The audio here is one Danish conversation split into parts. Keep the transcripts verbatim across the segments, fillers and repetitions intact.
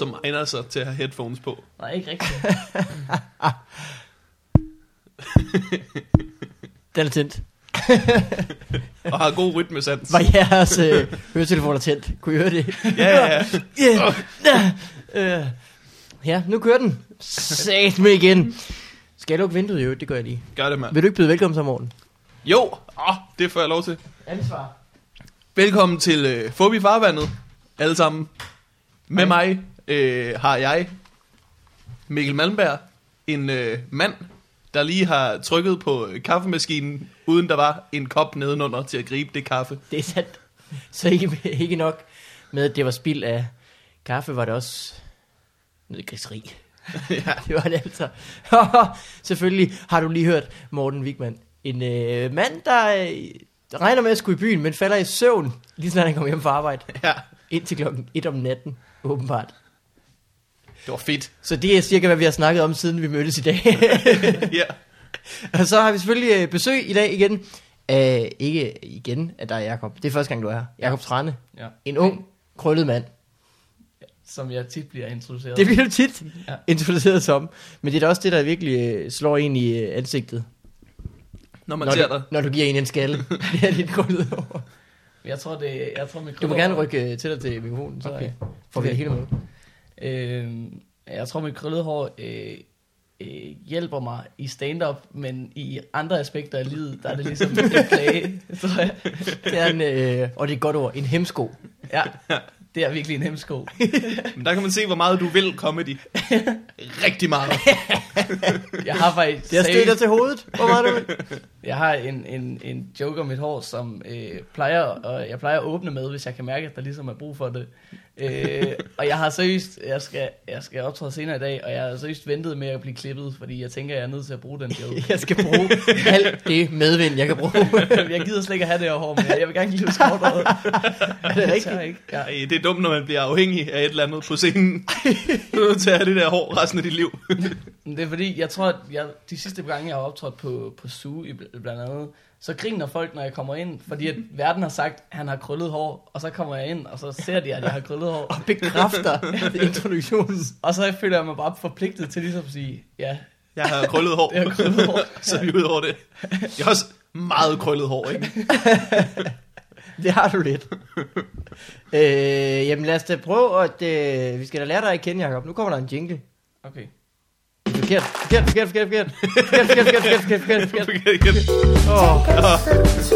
som egner sig til at have headphones på. Nej, ikke rigtigt. Den er tændt. Og har god rytmesans. Var jeres øh, høretelefoner tændt? Kunne I høre det? Ja, ja, ja. yeah. uh, ja, nu kører den. Sæt mig igen. Skal jeg lukke vinduet, jo? Det gør jeg lige. Gør det, mand. Vil du ikke byde velkommen så, Morten? Jo, oh, det får jeg lov til. Ansvar. Velkommen til øh, Fobi Farvandet, alle sammen. Med Hej. mig øh, har jeg Mikkel Malmberg, en øh, mand, der lige har trykket på kaffemaskinen, uden der var en kop nedenunder til at gribe det kaffe. Det er sandt. Så ikke, ikke nok med, at det var spild af kaffe, var det også noget griseri. Ja. Det var det altså. Selvfølgelig har du lige hørt Morten Wigman. En øh, mand, der øh, regner med at skulle i byen, men falder i søvn, lige snart han kommer hjem fra arbejde. Ja, Indtil klokken et om natten, åbenbart. det var fedt. Så det er cirka, hvad vi har snakket om, siden vi mødtes i dag. Ja. Og så har vi selvfølgelig øh, besøg i dag igen. Uh, ikke igen af dig, Jakob. Det er første gang, du er her. Jakob Trane. Ja. En ung, krøllet mand. Som jeg tit bliver introduceret. Det bliver du tit Ja. introduceret som. Men det er da også det, der virkelig øh, slår en i øh, ansigtet. Når man Når ser du, dig. når du giver en en skalle. Det er lidt krøllet over. Jeg tror, det jeg tror, mit Du må gerne rykke øh, til dig til mikrofonen, så Okay. okay. får vi det hele med. Øh, jeg tror, mit krøllede hår øh, øh, hjælper mig i stand-up, men i andre aspekter af livet, der er det ligesom en plage, tror jeg. Det er en, øh, og det er et godt ord, en hemsko. Ja, det er virkelig en hemsko. Men der kan man se, hvor meget du vil comedy. Rigtig meget. Jeg har faktisk Det er stødt dig til hovedet. Hvor meget du vil? jeg har en, en, en joke om mit hår, som øh, plejer, og jeg plejer at åbne med, hvis jeg kan mærke, at der ligesom er brug for det. Øh, og jeg har seriøst, jeg skal, jeg skal optræde senere i dag, og jeg har seriøst ventet med at blive klippet, fordi jeg tænker, jeg er nødt til at bruge den joke. Jeg skal bruge alt det medvind, jeg kan bruge. Jeg gider slet ikke at have det her hår, men jeg vil gerne give det skovdret. Er det rigtigt? Ikke. Ja. Ej, det er dumt, når man bliver afhængig af et eller andet på scenen. Du er nødt til at have det der hår resten af dit liv. Men det er fordi, jeg tror, at jeg, de sidste gange, jeg har optrådt på, på Zoo i bl- blandt andet, så griner folk, når jeg kommer ind, fordi at verden har sagt, at han har krøllet hår, og så kommer jeg ind, og så ser de, at jeg har krøllet hår. Og bekræfter introduktionen. Og så føler jeg mig bare forpligtet til ligesom at sige, ja, Jeg har krøllet hår. jeg har krøllet hår. Så er vi ud over det. Jeg har også meget krøllet hår, ikke? Det har du lidt. øh, jamen lad os da prøve, at øh, vi skal da lære dig at kende, Jacob. Nu kommer der en jingle. Okay. Forkert, forkert, forkert, forkert, forkert. Forkert, forkert, forkert, forkert, forkert, forkert. Forkert igen. Åh,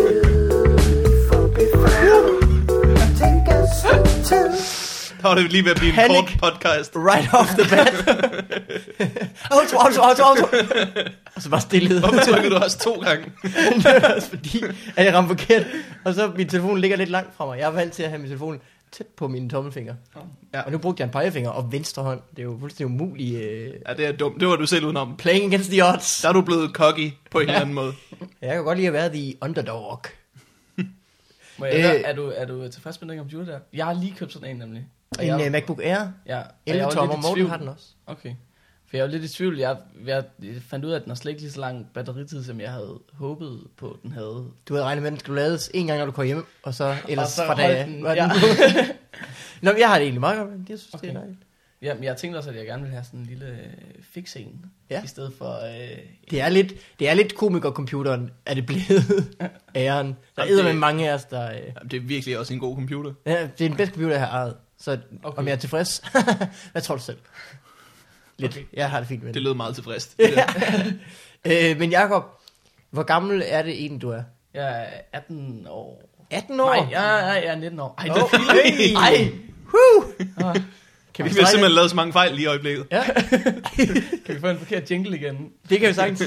Der var det lige ved at blive en Panic. kort podcast. right off the bat. Auto, auto, auto, auto. Og så bare stillhed. Hvorfor trykkede du også to gange? Det er også fordi, at jeg ramte forkert. Og så min telefon ligger lidt langt fra mig. Jeg er vant til at have min telefon tæt på mine tommelfinger. Ja. Og nu brugte jeg en pegefinger og venstre hånd. Det er jo fuldstændig umuligt. Øh, Ja, det er dumt. Det var du selv udenom. playing against the odds. Der er du blevet cocky på en eller anden måde. Jeg kan godt lide at være the underdog. Må jeg Øh. høre, er du, er du tilfreds med den computer der? Jeg har lige købt sådan en nemlig. Og En jeg, uh, MacBook Air. ja, og jeg elleve var tommer. lidt i Morten tvivl. har den også. Okay. For jeg var lidt i tvivl. Jeg, jeg fandt ud af, at den har slet ikke lige så lang batteritid, som jeg havde håbet på, den havde. Du havde regnet med, at den skulle lades en gang, når du kom hjem. Og så ellers Og så fra dag holdt af. den, var ja. Nå, men jeg har det egentlig meget godt. Men jeg synes, okay. det er Okay. dejligt. Ja, men jeg tænkte også, at jeg gerne ville have sådan en lille øh, fix en. Ja. I stedet for... Øh, Det er lidt, det er lidt komikercomputeren, er det blevet æren. Der Jamen, er med det- mange af os, der... Øh, Jamen, det er virkelig også en god computer. ja, det er den bedste computer, jeg har ejet. Så okay. Okay. Om jeg er tilfreds? Hvad tror du selv? Lidt. Okay. Okay. Jeg har det fint med Det det. lød meget tilfreds. øh, men Jacob, hvor gammel er det egentlig, du er? jeg er atten år. atten år? Nej, jeg, jeg er nitten år. Ej, det Oh, er hey. Ej, Woo! ah, Kan Vi vi, har strække simpelthen lavet så mange fejl lige i øjeblikket. Ja, kan vi få en forkert jingle igen? det kan vi sagtens.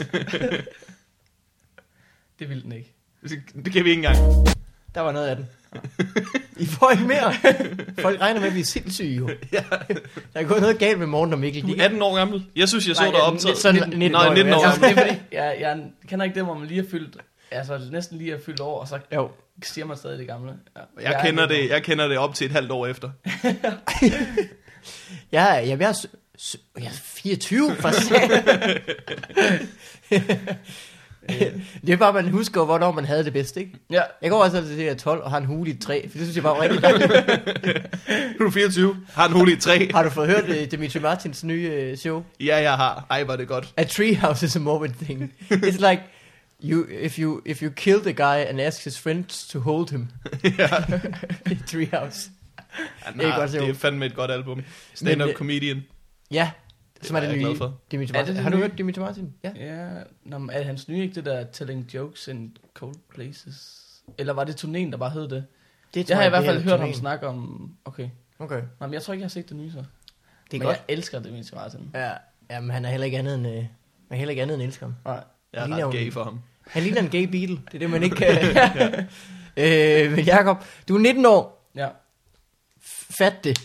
Det vil den ikke. Det kan vi ikke engang. Der var noget af den. I får ikke mere. Folk regner med, at vi er sindssyge jo. Ja. Der er gået noget galt med Morten og Mikkel. Du De er atten år gammel. Jeg synes, jeg så Nej, dig jeg er optaget. sådan nitten Nej, år, nitten år ja. gammel. Jamen, det er fordi, jeg, jeg kender ikke det, hvor man lige har fyldt, altså næsten lige har fyldt år, og så Jo. siger man stadig det gamle. Ja. Jeg er kender nitten det, jeg kender det op til et halvt år efter. Jeg er, jeg er, s- s- jeg er fireogtyve, for Det er bare, man husker, hvornår man havde det bedst, ikke? Ja. Jeg går også altid til det her tolv og har en hule i et træ, for det synes jeg bare var rigtig dejligt. Nu er du fireogtyve, har en hul i tre. Har du fået hørt uh, Dimitri Martins nye uh, show? Ja, jeg har. Ej, var det godt. A treehouse is a morbid thing. It's like, you, if, you, if you kill the guy and ask his friends to hold him. Ja. Treehouse. Ja, Det er godt, det jo. er fandme et godt album. Stand-up Men, comedian. Ja, som er er det jeg nye glad for. Dimitri Er Martin. det det Har du nye? hørt Dimitri Martin? Ja. Ja, nå, men er hans nye ikke det der Telling Jokes in Cold Places? Eller var det turnéen, der bare hed det? Det Jeg har i hvert det fald er hørt ham turnéen. snakke om... Okay. Okay, Nå, men jeg tror ikke, jeg har set det nye så. det er Men godt. jeg elsker det, Dimitri Martin. Ja, ja, men han er heller ikke andet end, øh, han er heller ikke andet end elsker ham. Nej. Jeg Han er ligner ret jo- gay for ham. Han ligner en gay Beatle. Det er det, man ikke kan. øh, men Jacob, du er nitten år. Ja. Fat det.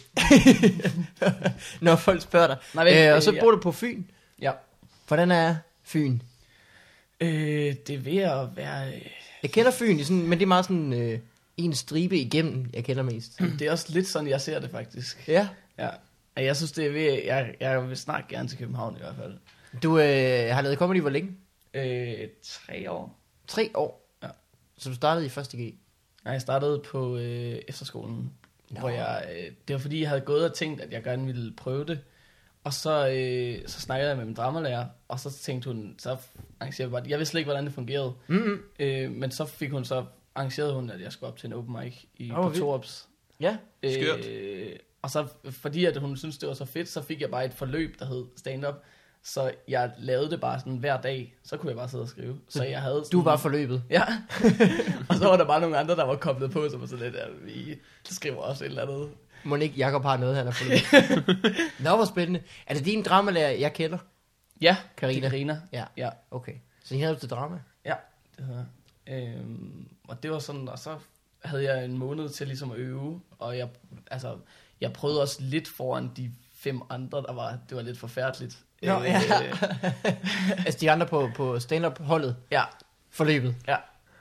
Når folk spørger dig. Nej, vent, øh, og så øh, bor du på Fyn. Ja. Hvordan er Fyn? Øh, det er ved at være... øh, Jeg kender Fyn, det er sådan, men det er meget sådan øh, en stribe igennem, jeg kender mest. Det er også lidt sådan, jeg ser det faktisk. Ja. Ja. Og jeg synes, det er ved... Jeg, jeg vil snart gerne til København i hvert fald. Du øh, har lavet comedy hvor længe? Øh, tre år. Tre år. Ja. Så du startede i første G. Nej, jeg startede på øh, efterskolen, Nå. hvor jeg, øh, det var fordi, jeg havde gået og tænkt, at jeg gerne ville prøve det. Og så, øh, så snakkede jeg med min dramalærer, og så tænkte hun, så arrangerede bare, jeg vidste slet ikke, hvordan det fungerede. Mm-hmm. Øh, men så fik hun så, arrangerede hun, at jeg skulle op til en open mic i, Åh, oh, på vildt. Torups. Ja. Skørt. Øh, og så, fordi at hun syntes, det var så fedt, så fik jeg bare et forløb, der hed stand-up. Så jeg lavede det bare sådan hver dag, så kunne jeg bare sidde og skrive. Så jeg havde sådan, Du var forløbet. Ja, og så var der bare nogle andre, der var koblet på, som var sådan lidt, at vi skriver også et eller andet. Må ikke Jacob har noget, han har forløbet. Nå, hvor spændende. Er det din dramalærer, jeg kender? Ja, Carina. det er Carina. Ja. Ja, Okay. Så hende havde du til drama? ja, det hedder jeg. øhm, Og det var sådan, og så havde jeg en måned til ligesom at øve, og jeg, altså, jeg prøvede også lidt foran de fem andre, der var, det var lidt forfærdeligt. Nå, ja. Altså de andre på, på stand-up holdet? Ja, Forløbet? ja.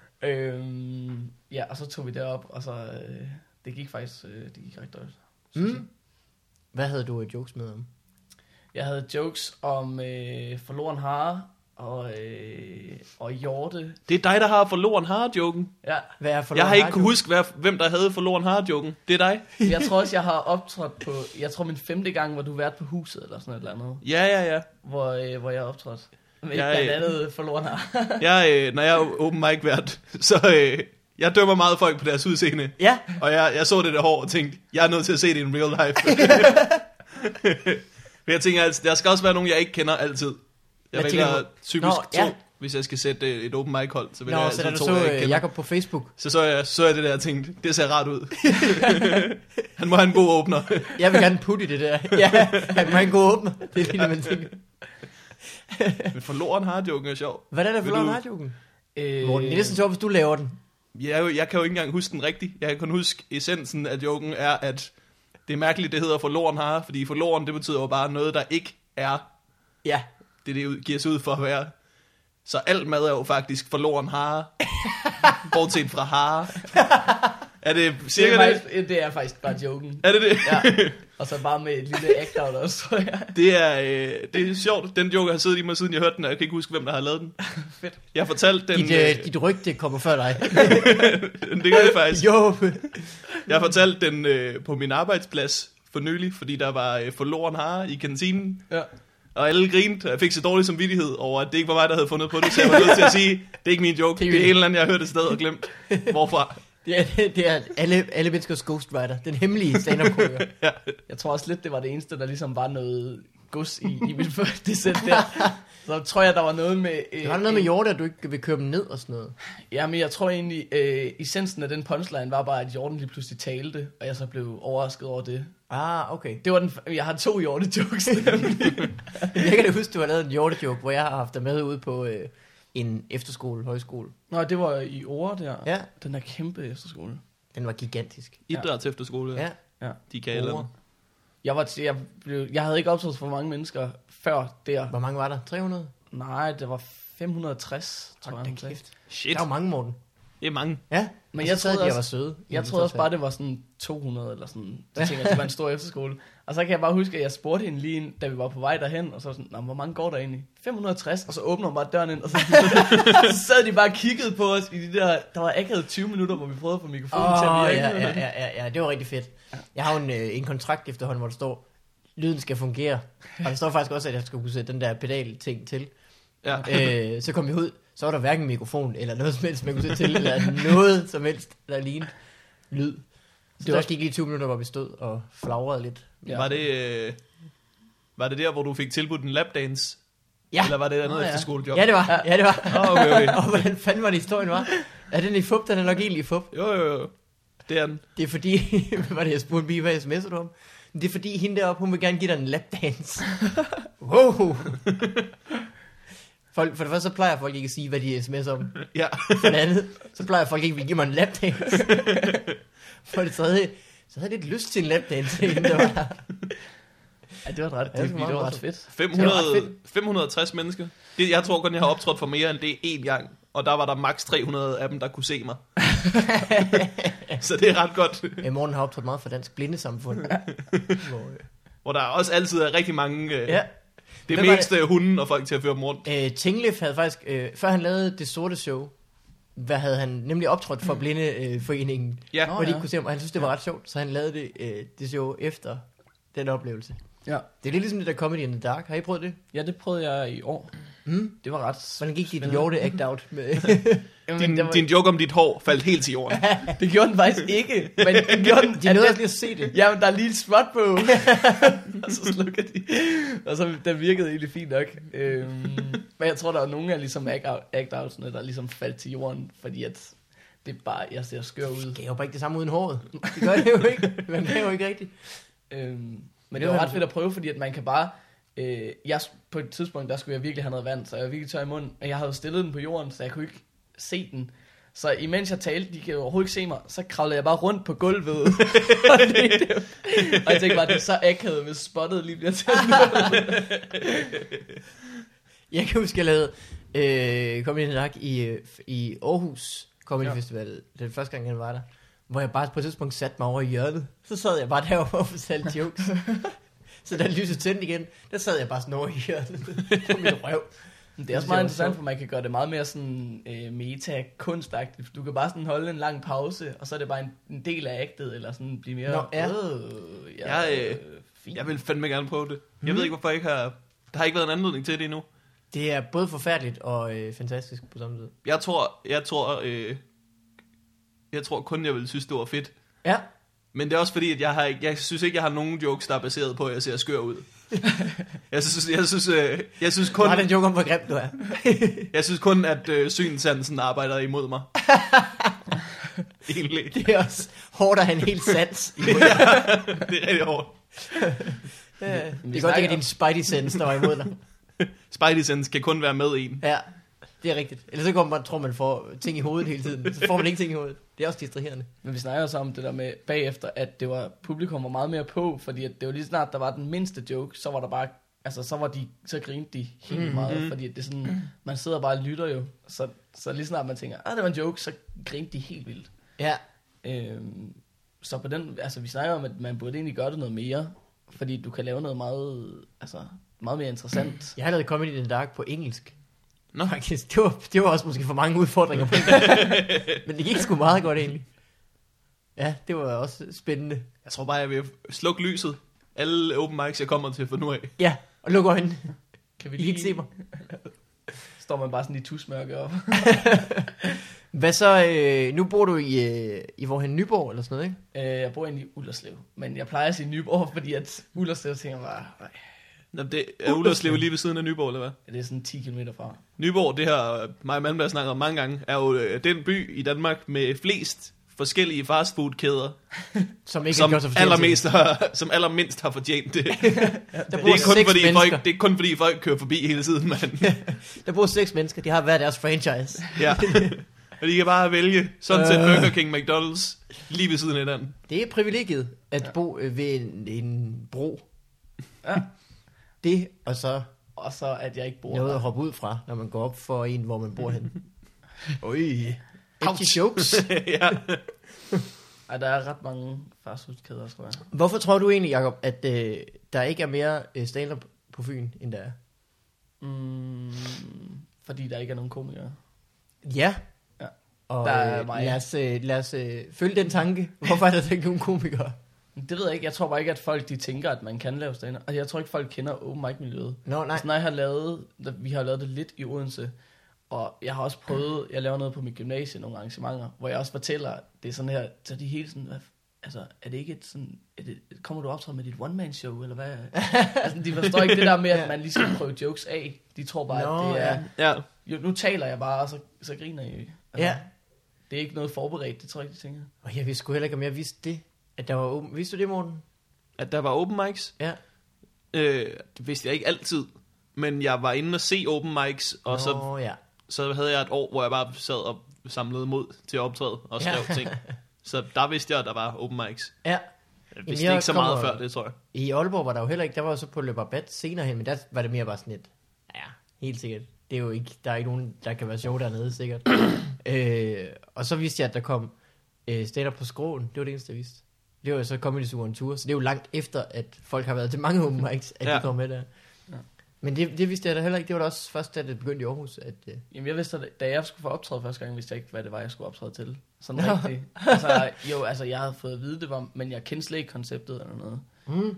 Øhm, ja, og så tog vi derop, og så, øh, det gik faktisk, øh, det gik rigtig dårligt. synes jeg. Mm. Hvad havde du øh, jokes med om? Jeg havde jokes om øh, forloren hare og, øh, og hjorte. Det er dig, der har forloren har-joken. Ja, Hvad er for Jeg har ikke kunne huske, hvad, hvem der havde forloren har-joken. Det er dig. jeg tror også, jeg har optrådt på, jeg tror min femte gang, hvor du vært på huset, eller sådan et eller andet, Ja, ja, ja. hvor, øh, hvor jeg har optrådt. Med Jeg, blandt øh, andet forloren hare. Jeg, øh, når jeg er open mic vært, så øh, jeg dømmer meget folk på deres udseende. Ja. Og jeg, jeg så det der hår og tænkte, jeg er nødt til at se det in real life. Men jeg tænker, altså, der skal også være nogen, jeg ikke kender altid. Jeg Hvad vælger tænker du? typisk Nå, to, ja. hvis jeg skal sætte øh, et open mic hold. Så vælger Nå, jeg så da altid du to, så jeg ikke øh, kender. Jacob på Facebook. Så så jeg, så jeg det der og tænkte, det ser rart ud. Han må have en god åbner. Jeg vil gerne putte i det der. Ja, han må have en god åbner. Det er lige det, man tænker. Men forloren har-joken er sjov. Hvordan er det Vil for du- lov joken? Øh, Morten, det er næsten sjovt, hvis du laver den. Jeg, er jo, jeg kan jo ikke engang huske den rigtigt. Jeg kan kun huske essensen af joken er, at det er mærkeligt, det hedder forloren har, fordi forloren, det betyder jo bare noget, der ikke er Ja. det, det ud- giver sig ud for at være. Så alt mad er jo faktisk forloren hare. Bortset fra hare. Er det det, cirka er det? faktisk, det er faktisk bare joken. Er det det? Ja. Og så bare med et lille act-out også, tror jeg. Det er, øh, det er sjovt. Den joke har siddet i mig, siden jeg hørte den, og jeg kan ikke huske, hvem der har lavet den. Fedt. Jeg fortalte den... Dit, øh, dit rygte kommer før dig. det gør det faktisk. Jo. Jeg fortalte den øh, på min arbejdsplads for nylig, fordi der var øh, forloren hare i kantinen. Ja. Og alle grinte, og jeg fik så dårlig samvittighed over, at det ikke var mig, der havde fundet på det. Så jeg var nødt til at sige, det er ikke min joke. Det er en eller anden, jeg har hørt et sted og glemt. Hvorfra? Det er, det er alle, alle menneskers ghostwriter. Den hemmelige stand-up-komiker. Ja. Jeg tror også lidt, det var det eneste, der ligesom var noget gods i, i mit første sæt der. Så tror jeg, der var noget med... Øh, Det har noget med hjorte, at du ikke vil køre dem ned og sådan noget. Ja, men jeg tror egentlig, øh, essensen af den punchline var bare, at hjorten lige pludselig talte, og jeg så blev overrasket over det. Ah, okay. Det var den, jeg har to hjorte-jokes. Jeg kan da huske, du har lavet en hjorte-joke, hvor jeg har haft dig med ude på øh, en efterskole, højskole. Nå, det var i Ore der. Ja. Den der kæmpe efterskole. Den var gigantisk. Idræts efterskole. Ja. Ja. De kan eller andet. Jeg, var, jeg, blev, jeg havde ikke optrådt for mange mennesker før der. Hvor mange var der? tre hundrede? Nej, det var fem hundrede og tres, tror Hold jeg. da han sagde. kæft. Shit. Der er jo mange, Morten. Det er mange. Ja, Men og jeg så sad troede de og også- var søde. Jeg troede også bare, det var sådan to hundrede eller sådan. Så tænkte jeg, det var en stor efterskole. Og så kan jeg bare huske, at jeg spurgte hende lige, da vi var på vej derhen, og så var sådan, "Nå, hvor mange går der egentlig? fem hundrede og tres, og så åbner hun bare døren ind, og så, så sad de bare og kiggede på os i de der, der var akavet tyve minutter, hvor vi prøvede at få mikrofonen Åh, til at oh, virke. ja, ja, ja, ja, ja, det var rigtig fedt. Jeg har jo en, øh, en kontrakt efterhånden, hvor der står, lyden skal fungere. Og der står faktisk også, at jeg skal kunne sætte den der pedal-ting til. Ja. øh, så kom vi ud, så var der hverken mikrofon eller noget som helst, man kunne sætte til, eller noget som helst, der lignede lyd. Så det var også gik lige tyve minutter, hvor vi stod og flagrede lidt. Ja. Var det... Øh, var det der, hvor du fik tilbudt en lapdance? Ja. Eller var det et andet Nå, ja. efterskolejob? Ja, det var. Ja, det var. Oh, okay, okay. Og hvordan fanden var det historien var? Er den i fup? Den er nok egentlig i fup. Jo, jo, jo. Det er den. Det er fordi, hvad var det, jeg spurgte Mie, hvad sms'er du om? Det er fordi, hende deroppe, hun vil gerne give dig en lapdance. Wow. Folk, for det første, så plejer folk ikke at sige, hvad de sms'er om. Ja. For det andet, så plejer folk ikke at give mig en lapdance. For det tredje, så havde jeg lidt lyst til en lapdance, inden det var der. Ja, det var ret, Ja, det det, var det var meget ret fedt. fem Det var ret hundrede, fedt. fem hundrede og tres mennesker. Det, jeg tror kun, jeg har optrådt for mere end det én gang. Og der var der maks tre hundrede af dem, der kunne se mig. Så det er ret godt. I morgen har jeg optrådt meget for Dansk Blindesamfund. Hvor, øh, Hvor der også altid er rigtig mange... Øh, ja. det Hvem var meste af hunden og folk til at føre dem rundt. Øh, Tinglef havde faktisk, øh, før han lavede Det Sorte Show, hvad havde han nemlig optrådt for Blindeforeningen, øh, foreningen, Ja. Nå, hvor de ja. ikke kunne se ham, og han synes, det var ret sjovt, så han lavede det, øh, det show efter den oplevelse. Ja. Det er lidt ligesom det der Comedy in the Dark. Har I prøvet det? Ja, det prøvede jeg i år. Mm. Det var ret... Hvordan gik dit spændende. hjorte act out med? Jamen, Din, det, var, din joke om dit hår faldt helt til jorden. det gjorde den faktisk ikke. Men den gjorde den... De at nåede den- også lige at se det. Jamen, der er lige et spot på. Og så slukker de. Og så den virkede egentlig fint nok. Øhm, men jeg tror, der er nogle af ligesom act-outsene, der ligesom faldt til jorden, fordi at det er bare, jeg ser skør ud. Det er jo bare ikke det samme uden håret. Det gør det jo ikke. Man kan jo ikke rigtigt. Øhm, men det det var var ret han- fedt at prøve, fordi at man kan bare... Øh, jeg, på et tidspunkt, der skulle jeg virkelig have noget vand, så jeg var virkelig tør i munden. Og jeg havde jo stillet den på jorden, så jeg kunne ikke se den. Så imens jeg talte, de kan jo overhovedet ikke se mig, så kravlede jeg bare rundt på gulvet. og, det, og jeg tænkte bare, det er så akavet, hvis spottet lige bliver tændt. Jeg kan huske, jeg lavede øh, Comedy in the Dark i, øh, i Aarhus Comedy Ja. Festival. Den første gang, jeg var der. Hvor jeg bare på et tidspunkt satte mig over i hjørnet. Så sad jeg bare deroppe og fortalte jokes. Så da lyset tændte igen, der sad jeg bare sådan over i hjørnet på mit røv. Det er også meget interessant, for man kan gøre det meget mere sådan øh, meta-kunstagtigt. Du kan bare sådan holde en lang pause, og så er det bare en, en del af actet, eller sådan blive mere... Nå, ja. Øh, ja, Jeg, øh, øh, fint. Jeg vil fandme gerne prøve det. Jeg Mhm. ved ikke, hvorfor jeg ikke har... Der har ikke været en anledning til det endnu. Det er både forfærdeligt og øh, fantastisk på samme tid. Jeg tror, jeg tror, øh, jeg tror kun, jeg vil synes, det var fedt. Ja. Men det er også fordi, at jeg, har, ikke- jeg synes ikke, jeg har nogen jokes, der er baseret på, at jeg ser skør ud. jeg synes, jeg synes, øh, jeg synes Du kun, har den joke om, hvor grim du er. jeg synes kun at øh, synsansen arbejder imod mig. Egentlig. Det er også hårdt at have en helt sans. Det er rigtig hårdt. Ja, det vi er godt, det snakker- er din spidey sense, der var imod dig. Spidey sense kan kun være med en. Ja, det er rigtigt. Ellers så går man, tror man får ting i hovedet hele tiden. Så får man ingenting i hovedet. Det er også distraherende. Men vi snakker også om det der med bagefter, at det var, publikum var meget mere på, fordi at det var lige snart, der var den mindste joke, så var der bare, altså så var de, så grinte de helt Mhm. meget, fordi at det er sådan, man sidder bare og lytter jo, så, så lige snart man tænker, ah, det var en joke, så grinte de helt vildt. Ja, Øhm, så på den, altså vi snakker om, at man burde egentlig gøre det noget mere, fordi du kan lave noget meget, altså meget mere interessant. jeg har lavet Comedy in the Dark på engelsk. Nå. Faktisk, det var, det var også måske for mange udfordringer på det. Men det gik sgu meget godt egentlig. Ja, det var også spændende. Jeg tror bare, jeg vil slukke lyset. Alle open mics, jeg kommer til for nu af. Ja, og luk øjnene. Kan vi I kan ikke se mig. Står man bare sådan i tusmørke op. Hvad så, øh, nu bor du i, øh, i hvorhen, Nyborg eller sådan noget, ikke? Øh, jeg bor inde i Ullerslev, men jeg plejer at sige Nyborg, fordi at Ullerslev tænker bare, "Ej, Nå, det er Ullerslev lige ved siden af Nyborg, eller hvad? det er sådan ti kilometer fra." Nyborg, det har mig og Malmberg snakket om mange gange, er jo øh, den by i Danmark med flest forskellige fastfood-kæder, Som ikke som har gjort sig fortjent til allermest har, som allermindst har fortjent det. det. Der Det bor er, kun seks fordi mennesker. folk, det er kun fordi folk kører forbi hele tiden, mand. Der bor seks mennesker, de har hver deres franchise. Ja. Og de kan bare vælge sådan set Øh. Burger King, McDonald's lige ved siden af den. Det er privilegiet at bo øh, ved en, en bro. Ja. Det, og så Og så at jeg ikke bor noget der. at hoppe ud fra, når man går op for en, hvor man bor hen. Oj. edgy jokes. ja. Ej, der er ret mange fastfoodkæder, tror jeg. Hvorfor tror du egentlig, Jacob, at øh, der ikke er mere øh, stand-up på Fyn, end der er? Mm, fordi der ikke er nogen komikere. Ja. Ja. Og Der er øh, mig. lad os, øh, lad os øh, følge den tanke. Hvorfor er der ikke nogen komikere? Det ved jeg ikke. Jeg tror bare ikke, at folk de tænker, at man kan lave stand-up. Og jeg tror ikke, folk kender open mic-miljøet. Nå, nej. Altså, når jeg har lavet, vi har lavet det lidt i Odense, og jeg har også prøvet, jeg laver noget på mit gymnasie, nogle arrangementer, hvor jeg også fortæller, det er sådan her, så de hele sådan, hvad, altså, er det ikke et sådan, er det, kommer du optræde med dit one-man-show, eller hvad? Altså, de forstår ikke det der med, at man lige skal prøve jokes af. De tror bare, Nå, at det er, ja. jo, nu taler jeg bare, og så, så griner I. Altså, Ja. Det er ikke noget forberedt, det tror jeg ikke, de tænker. Og jeg vidste sgu heller ikke, om jeg vidste det. At der var åben. Vidste du det, Morten? At der var open mics. Ja. Øh, det vidste jeg ikke altid. Men jeg var inde og se open mics, og Nå, så, ja. så havde jeg et år, hvor jeg bare sad og samlede mod til at optræde og skrev Ja. ting. Så der vidste jeg, at der var open mics. Ja. Jeg Jamen, vidste jeg ikke så meget kommer- før det, tror jeg. I Aalborg var der jo heller ikke, der var jo så på Le Barbet senere hen, men der var det mere bare sådan et, ja, helt sikkert. Det er jo ikke, der er ikke nogen, der kan være sjov dernede, sikkert. øh, og så vidste jeg, at der kom øh, stand-up på Skråen, det var det eneste, jeg vidste. Det var jo så Comedy Zoo on Tour, så det er jo langt efter, at folk har været til mange open mics, at Ja. de kom med der. Ja. Men det, det vidste jeg da heller ikke, det var da også først, da det begyndte i Aarhus, at... Øh, Jamen jeg vidste, at da jeg skulle få optræde første gang, vidste jeg ikke, hvad det var, jeg skulle optræde til. Sådan Nå. rigtigt. Altså, jo, altså jeg havde fået at vide det var, men jeg kendte slet ikke konceptet eller noget. mm,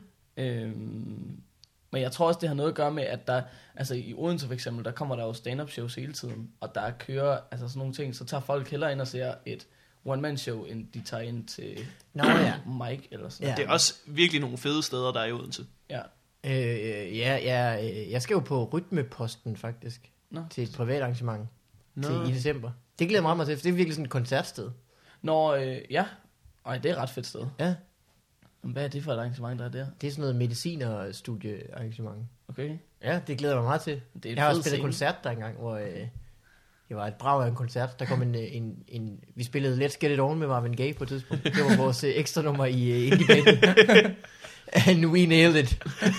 Øhm, men jeg tror også, det har noget at gøre med, at der, altså i Odense for eksempel, der kommer der jo stand-up shows hele tiden, og der kører, altså sådan nogle ting, så tager folk hellere ind og ser et one-man show, end de tager ind til Nå ja. Mike eller sådan Ja. noget. Det er også virkelig nogle fede steder, der er i Odense. Ja. øh, ja, ja, øh, jeg skal jo på Rytmeposten, faktisk, Nå. til et privat arrangement Nå. til, i december. Det glæder jeg mig meget til, for det er virkelig sådan et koncertsted. Når, øh, ja, ej, det er et ret fedt sted. Ja. Men hvad er det for et arrangement, der er der? Det er sådan noget medicinerstudiearrangement. Okay. Ja, det glæder jeg mig meget til. Det er en Jeg har fed også spillet scene. koncert der engang, hvor øh, det var et brag af en koncert. Der kom en, øh, en, en, vi spillede Let's Get It On med Marvin Gaye på et tidspunkt. Det var vores øh, ekstra nummer i øh, Indie-bandet. And we nailed it.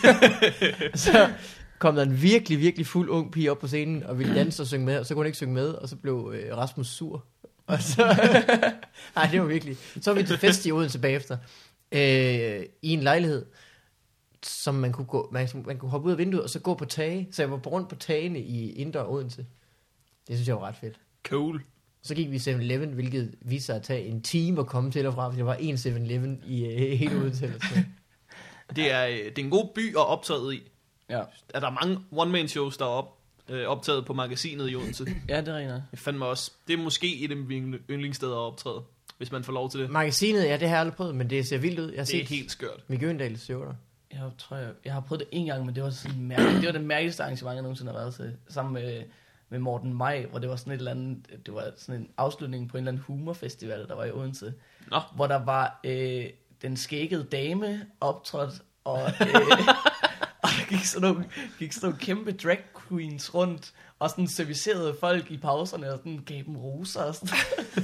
Så kom der en virkelig, virkelig fuld ung pige op på scenen og ville danse og synge med, og så kunne hun ikke synge med, og så blev øh, Rasmus sur. Og så, ej, det var virkelig. Så var vi til fest i Odense bagefter, øh, i en lejlighed, som man kunne, gå, man, man kunne hoppe ud af vinduet, og så gå på tage. Så jeg var på rundt på tagene i Indre Odense. Det synes jeg var ret fedt. Cool. Så gik vi syv eleven, hvilket viste sig at tage en time at komme til og fra, fordi der var en syv eleven i øh, hele Odense. Eller sådan. Det er, øh, det er en god by at optræde i. Ja, Er der mange one-man-shows, der er op, øh, optaget på magasinet i Odense? ja det er rent. Det fandt mig også. Det er måske et af mine yndlingssteder at optræde, hvis man får lov til det. Magasinet, ja, det har jeg aldrig prøvet, men det ser vildt ud. Jeg har Det er set helt skørt. Mikke Øgendals show der. Jeg tror, jeg, jeg har prøvet det en gang, men det var sådan mærkeligt. Det var det mærkeligste arrangement, jeg nogensinde har været til. Sammen med, med Morten Maj, hvor det var sådan et eller andet, det var sådan en afslutning på en eller anden humorfestival, der var i Odense. Nå. Hvor der var øh, den skækkede dame optrådt, og, øh, og der gik sådan, nogle, gik sådan nogle kæmpe drag queens rundt, og sådan servicerede folk i pauserne, og sådan gav dem roser og sådan.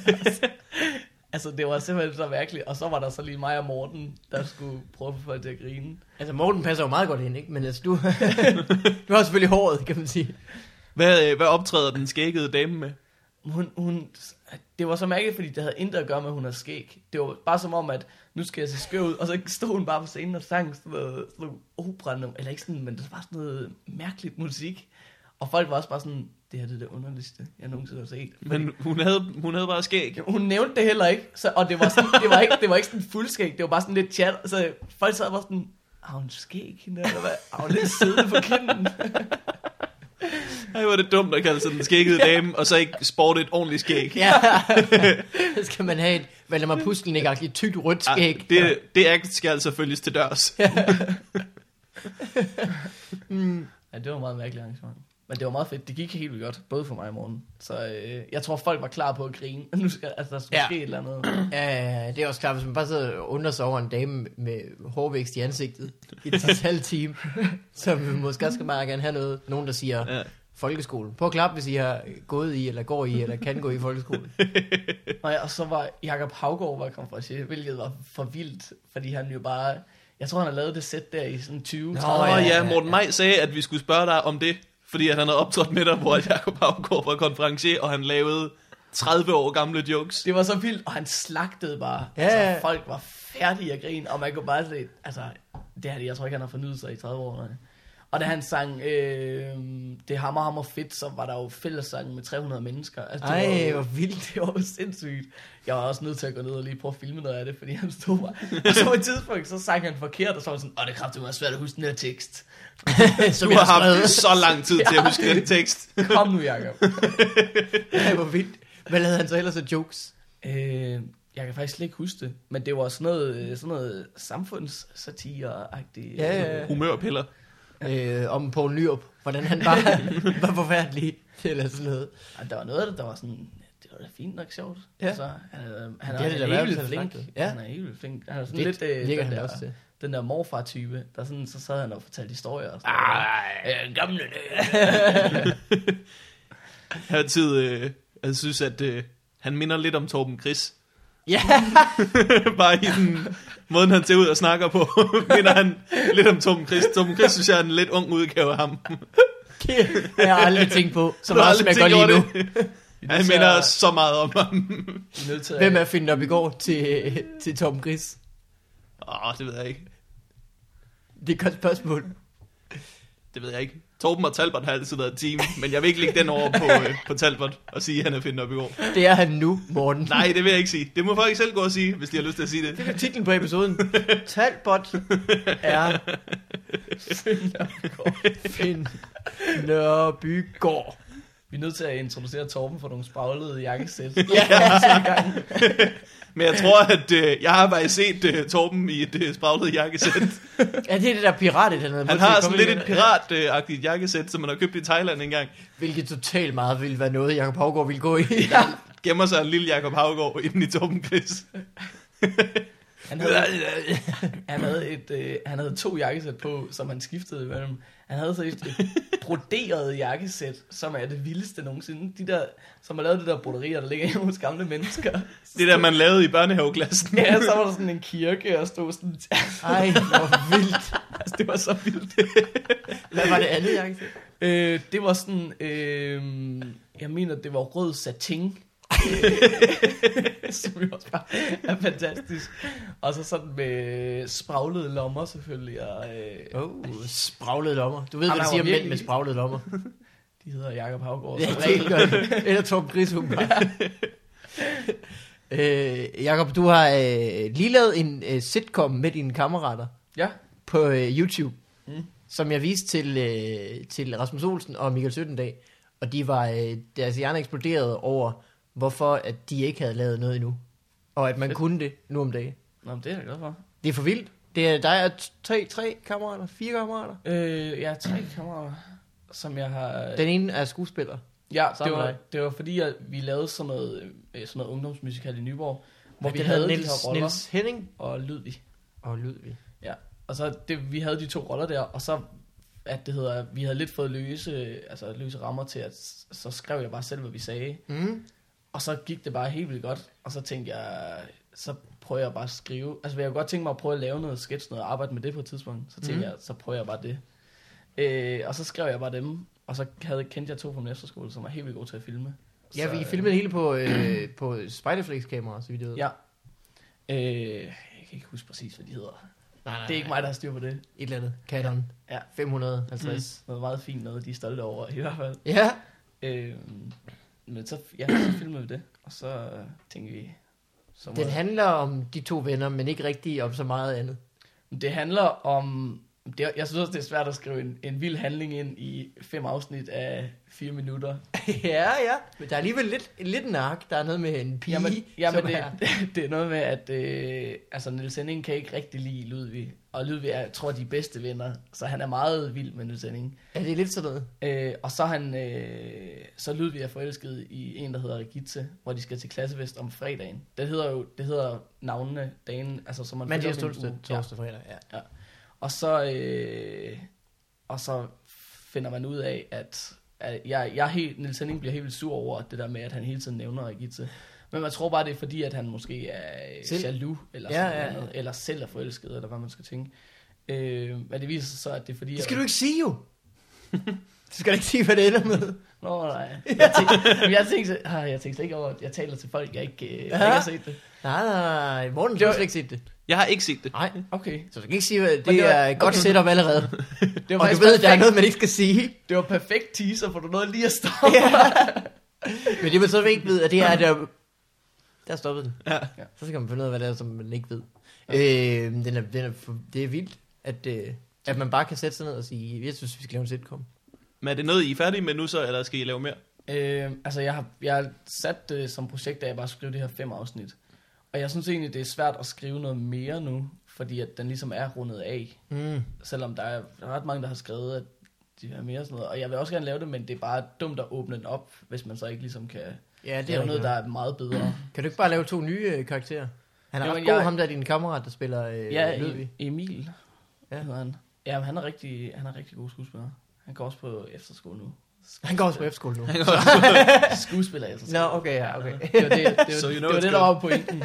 Altså, det var simpelthen så mærkeligt. Og så var der så lige mig og Morten, der skulle prøve at få folk til at grine. Altså Morten passer jo meget godt ind, ikke? Men altså du, du har selvfølgelig håret, kan man sige. Hvad, øh, hvad optræder den skækkede dame med? Hun, hun, det var så mærkeligt, fordi det havde intet at gøre med, at hun havde skæg. Det var bare som om, at nu skal jeg se skøv ud. Og så stod hun bare på scenen og sang sådan noget, sådan noget opera, eller ikke sådan, men det var sådan noget mærkeligt musik. Og folk var også bare sådan, det her det er det underligste, jeg nogensinde har set. Men hun havde, hun havde bare skæg. Hun nævnte det heller ikke, så, og det var, sådan, det, var ikke, det var ikke sådan fuldskæg, det var bare sådan lidt chat. Så folk sad bare sådan, har hun skæg hende, eller hvad? Har hun lidt siddende på kinden? Ej, hvor er det dumt at kalde sig den skækkede dame, og så ikke sporte et ordentligt skæg. Ja, så skal man have et Valdemar Pustelnik-agtigt tykt rødt skæg. Ja, det, det er, skal altså følges til dørs. mm. Ja, det var meget mærkeligt arrangement. Men det var meget fedt. Det gik helt vildt godt, både for mig og Morten. Så øh, jeg tror, folk var klar på at grine. Nu skal, altså, der skulle Ja. ske et eller andet. Ja, det er også klart, hvis man bare sidder og undrer sig over en dame med hårvækst i ansigtet i et totalt team, så måske skal bare gerne have noget, nogen der siger Ja. folkeskolen. På at klappe, hvis I har gået i, eller går i, eller kan gå i folkeskolen. Og, ja, og så var Jakob Haugaard var konferencier, hvilket var for vildt, fordi han jo bare... Jeg tror, han har lavet det sæt der i sådan tyve Nå, Åh tredive oh, ja, ja, Morten Maj sagde, at vi skulle spørge dig om det, fordi at han havde optrådt med dig, hvor Jacob Haugaard var konferencier, og han lavede tredive år gamle jokes. Det var så vildt, og han slagtede bare. Ja, Altså, ja. folk var færdige at grine, og man kunne bare se, altså, det her, jeg tror ikke, han har fornyet sig i tredive år. Nej. Og da han sang, øh, det hammer, hammer fedt, så var der jo fællessang med tre hundrede mennesker. Altså, det Ej, var jo, hvor vildt. det var jo sindssygt. Jeg var også nødt til at gå ned og lige prøve at filme noget af det, fordi han stod bare. Og så på et tidspunkt, så sang han forkert, og så var han sådan, åh, det er kraftigt meget svært at huske den her tekst. Som Du jeg har skrevet. haft så lang tid til at huske den tekst. Kom nu, Jacob. Ej, hvor vildt. Hvad lavede han så ellers af jokes? Øh, jeg kan faktisk slet ikke huske det, men det var sådan noget, sådan noget samfundssatire-agtigt. Ja, ja, ja. Humørpiller. Øh, om Poul Nyrup. Hvordan han bare var forfærdelig. Eller sådan noget. Og der var noget af det, der var sådan, det var da fint nok sjovt. Ja. Altså, han, er- han, Det er, er det han da er været, helt hvis vildt han flink. har sagt det. Ja. Han er helt vildt flink. Han er sådan Det lidt, øh, virker den, han der, også til. den der morfar-type, der sådan, så sad han og fortalte historier. Og sådan Ej. øh, gamle dage. Jeg har tid, øh, jeg synes, at øh, han minder lidt om Torben Chris. Ja. Bare i den måden, han ser ud og snakker på, minder han lidt om Torben Chris. Torben Chris synes jeg er en lidt ung udgave af ham. Det har jeg aldrig tænkt på. Så Du har meget som jeg aldrig gør lige nu. tænkt over det. Vi er Han nødt til minder at- så meget om ham. vi er nødt til at- Hvem er fundet op i går til, til Tom Gris? Åh, oh, det ved jeg ikke. Det er et godt spørgsmål. Det ved jeg ikke. Torben og Talbot har altid været et team, men jeg vil ikke lægge den over på, øh, på Talbot og sige, at han er fundet op i går. Det er han nu, Morten. Nej, det vil jeg ikke sige. Det må folk selv gå og sige, hvis de har lyst til at sige det. Det er titlen på episoden. Talbot er Finn Nørbygaard. Vi er nødt til at introducere Torben for nogle spraglede jakkesæt. Ja. Men jeg tror, at øh, jeg har bare set øh, Torben i et øh, spraglet jakkesæt. Ja, det er det der piratet, han havde. Han har sådan lidt et pirat-agtigt jakkesæt, som man har købt i Thailand engang. Hvilket totalt meget ville være noget, Jacob Haugaard ville gå i. Der gemmer sig en lille Jakob Haugaard inden i Torben Chris. Han havde, han havde, et, øh, han havde to jakkesæt på, som han skiftede imellem. Han havde så et, et broderet jakkesæt, som er det vildeste nogensinde. De der, som har lavet det der broderier, der ligger hjemme hos gamle mennesker. Det der, man lavede i børnehaveklassen. Ja, så var der sådan en kirke, og stod sådan... Ej, hvor vildt. Altså, det var så vildt. Hvad var det andet jakkesæt? Øh, det var sådan... Øh, jeg mener, det var rød satin. Som jo også bare er fantastisk. Og så sådan med spraglede lommer selvfølgelig. Og, øh, Oh, spraglede lommer. Du ved, Jamen, hvad de han siger var mænd virkelig- med spraglede lommer. de hedder Jakob Haugaard. Ja, som det regel. gør det. Eller Torben Gris, ja. øh, Jakob, du har øh, lige lavet en øh, sitcom med dine kammerater Ja. på øh, YouTube, Mm. som jeg viste til, øh, til Rasmus Olsen og Michael Syttendag. Og de var, øh, deres hjerne eksploderede over, hvorfor at de ikke havde lavet noget endnu. Og at man Fedt. kunne det nu om dagen. Nå, men det er jeg glad for. Det er for vildt. Det er, der er t- tre, tre kammerater, fire kammerater. Øh, jeg har tre kammerater, som jeg har... Den ene er skuespiller. Ja, det sammen med var, dig. det var fordi, at vi lavede sådan noget, øh, sådan noget ungdomsmusikal i Nyborg, hvor Ja, vi den havde hedder de Niels, her roller, Niels Henning og Ludvig. og Ludvig. Ja, og så det, vi havde de to roller der, og så at det hedder, vi havde lidt fået løse, altså løse rammer til, at så skrev jeg bare selv, hvad vi sagde, Mm. og så gik det bare helt vildt godt, og så tænkte jeg, så prøver jeg bare at skrive, altså jeg kunne godt tænke mig at prøve at lave noget sketch, noget arbejde med det på et tidspunkt, så tænkte Mhm. jeg, så prøver jeg bare det. Øh, og så skrev jeg bare dem, og så havde, kendte jeg to fra min efterskole, som var helt vildt gode til at filme. Ja, Så, vi øh, filmede det hele på, øh, på Spiderflex-kamera, så vidt jeg ved. Ja. Øh, jeg kan ikke huske præcis, hvad de hedder. Nej, nej, Det er ikke mig, der har styr på det. Et eller andet. Canon. Ja. fem hundrede og halvtreds. Noget meget fint noget, de er stolte over i hvert fald. Ja. Øh, men så, ja, så filmede vi det, og så øh, tænkte vi... Så må Den handler om de to venner, men ikke rigtig om så meget andet. det handler om... Det, er- jeg synes også, det er svært at skrive en, en vild handling ind i fem afsnit af fire minutter. ja, ja. Men der er alligevel lidt, lidt en ark. Der er noget med en pige, Jamen, jamen som det, er... det er noget med, at øh, altså Niels Henning kan ikke rigtig lide Ludvig. Og Ludvig er, tror jeg, de bedste venner. Så han er meget vild med Niels Henning. Ja, det er lidt sådan noget. Øh, og så er han, øh, så Ludvig er forelsket i en, der hedder Regitze, hvor de skal til klassefest om fredagen. Det hedder jo, det hedder navnene dagen, altså som man Men følger det er dem i torsdag, ugen. torsdag, fredag, ja. Og så, øh, og så finder man ud af, at, at jeg, jeg er helt, Niels Henning bliver helt vildt sur over det der med, at han hele tiden nævner Regitze. Men man tror bare, det er fordi, at han måske er Selv. jaloux, eller, Ja, sådan ja, ja. noget, eller selv er forelsket, eller hvad man skal tænke. Øh, men det viser sig så, at det er fordi... Det skal at, du ikke sige jo. Du skal da ikke sige, hvad det ender med. Nå, nej. Jeg tænkte, jeg tænkte, ah, jeg tænkte ikke over, at jeg taler til folk, jeg ikke, øh, jeg ikke har set det. Nej, nej, nej. Morten, du har slet ikke set det. Jeg har ikke set det. Nej. Okay. Så du kan ikke sige, at det, det var- er et godt okay. setup allerede. Det var Og du faktisk ved, at der er perfekt. noget, man ikke skal sige. Det var perfekt teaser, for du nåede lige at stoppe. Ja. Men det man så ikke ved, at det er, der, der stoppede den. Ja. Så skal man finde ud af, hvad det er, som man ikke ved. Øh, den er, den er, for- det er vildt, at, øh, at man bare kan sætte sig ned og sige, jeg synes, vi skal lave en sitcom. Men er det noget, I er færdige med nu så, eller skal I lave mere? Øh, altså, jeg har, jeg har sat det som projekt, at jeg bare skriver det her fem afsnit. Og jeg synes egentlig, det er svært at skrive noget mere nu, fordi at den ligesom er rundet af. Mm. Selvom der er ret mange, der har skrevet, at de vil have mere sådan noget. Og jeg vil også gerne lave det, men det er bare dumt at åbne den op, hvis man så ikke ligesom kan Ja, det er lave noget, noget, der er meget bedre. Kan du ikke bare lave to nye øh, karakterer? Han er Jo, ret men god, jeg- ham der er din kammerat, der spiller øh, Ja, Ludvig. E- Emil Ja. ja. hedder han. Ja, men han er rigtig, han er rigtig god skuespiller. Han går også på efterskole nu. Han går også på efterskole nu. Skuespiller efterskole. Nå, okay, ja, okay. Det var det, det, var, So you det, know var it's det der good. var pointen.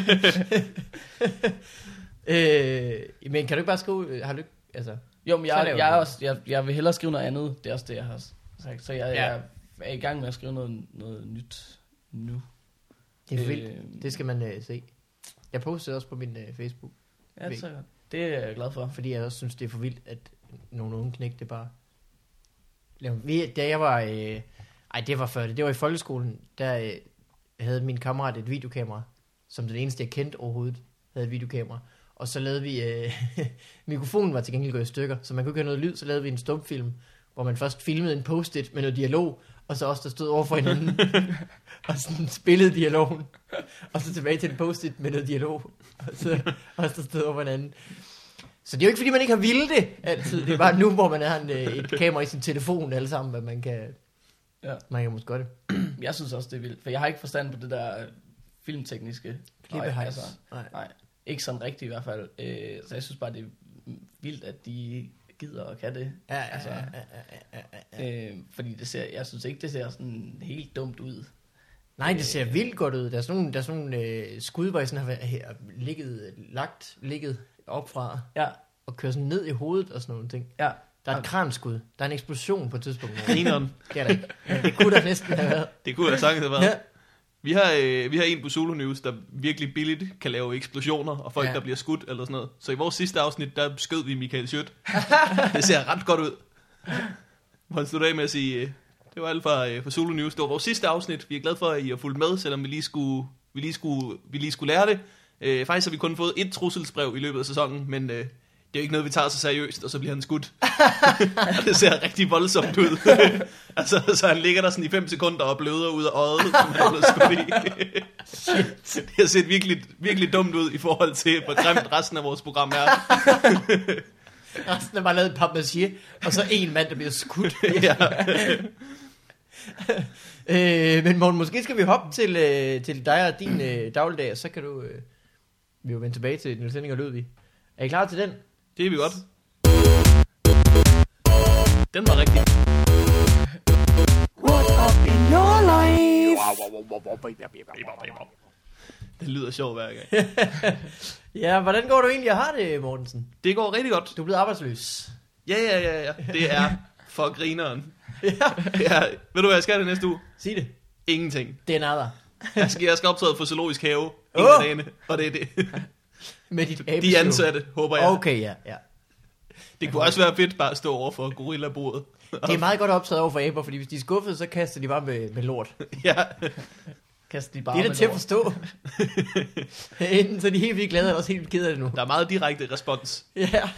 øh, men kan du ikke bare skrive, har du ikke, altså... Jo, men Så jeg, laver jeg, du er det. også, jeg, jeg vil hellere skrive noget andet. Det er også det, jeg har sagt. Så jeg, Ja. jeg er i gang med at skrive noget, noget nyt nu. Det er vildt. Øh, Det skal man øh, se. Jeg postede også på min øh, Facebook, Ja, det, er så godt. Det er jeg glad for. fordi jeg også synes, det er for vildt, at nogle unge knægte bare... laver- Vi, da jeg var... Øh, ej, det var før det. Det var i folkeskolen, der øh, havde min kammerat et videokamera, som den eneste, jeg kendte overhovedet, havde et videokamera. Og så lavede vi... Øh, mikrofonen var til gengæld gået i stykker, så man kunne ikke høre noget lyd, så lavede vi en stumfilm, hvor man først filmede en post-it med noget dialog, og så også der stod over for hinanden, og sådan spillede dialogen, og så tilbage til en post-it med noget dialog, og så også der stod over for hinanden. Så det er jo ikke, fordi man ikke har ville det altid, det er bare nu, hvor man har en, øh, et kamera i sin telefon alle sammen, hvad man kan, Ja. man kan måske godt det. Jeg synes også, det er vildt. For jeg har ikke forstand på det der øh, filmtekniske. Klippehejs. Altså, Nej. nej, ikke sådan rigtigt i hvert fald. Øh, så jeg synes bare, det er vildt, at de gider og kan det. Ja, ja, Altså, ja, ja, ja, ja, ja. Øh, fordi det ser, jeg synes ikke, det ser sådan helt dumt ud. Nej, det ser vildt godt ud. Der er sådan nogle, der er sådan nogle øh, skud, hvor jeg sådan har været, her, ligget, lagt, ligget op fra, Ja, og kører sådan ned i hovedet og sådan nogle ting. ja. Der er et kranskud. Der er en eksplosion på et tidspunkt. Grineren. Det er der ikke. Men det kunne der næsten have været. Det kunne jeg sagtens have været. Ja. Vi har, øh, vi har en på Zulu News, der virkelig billigt kan lave eksplosioner, og folk, Ja. ja. der bliver skudt eller sådan noget. Så i vores sidste afsnit, der skød vi Michael Schødt. Det ser ret godt ud. Hvor han slutter af med at sige, øh, det var alt fra, øh, fra Zulu News. Det var vores sidste afsnit. Vi er glade for, at I har fulgt med, selvom vi lige skulle, vi lige skulle, vi lige skulle lære det. Øh, faktisk har vi kun fået et trusselsbrev i løbet af sæsonen, men øh, det er jo ikke noget, vi tager så seriøst, og så bliver han skudt. Det ser rigtig voldsomt ud. Altså, så han ligger der sådan i fem sekunder og bløder ud af øjet, som han er blevet skudt i. Det har set virkelig, virkelig dumt ud i forhold til, hvor grimt resten af vores program er. Resten er bare lavet et papmaché, og så en mand, der bliver skudt. Ja. øh, men Morten, måske skal vi hoppe til, øh, til dig og din øh, dagligdag, og så kan du... Øh, vi jo vende tilbage til Niels Henning og Ludvig. Er I klar til den? Det er vi godt. Den var rigtig. What up in your life? Det lyder sjovt hver gang. Ja, hvordan går du egentlig og har det, Mortensen? Det går rigtig godt. Du er blevet arbejdsløs. Ja, ja, ja, ja. Det er for grineren. Ja. Ja, ved du hvad jeg skal det næste uge? Sig det. Ingenting. Det er nada. Jeg skal, jeg skal optræde for Zoologisk Have en Åh! af dagene, og det er det. Med dit De abeshow. ansatte, håber jeg. Okay, ja, ja. Det kunne også være fedt bare at stå over for gorillabordet. Det er meget godt optaget over for aber, fordi hvis de er skuffede, så kaster de bare med, med lort. Ja, Kaster de bare Det er da med til at lort. forstå. Enten så er de helt vildt glade, eller også helt vildt ked af det nu. der er meget direkte respons. Ja.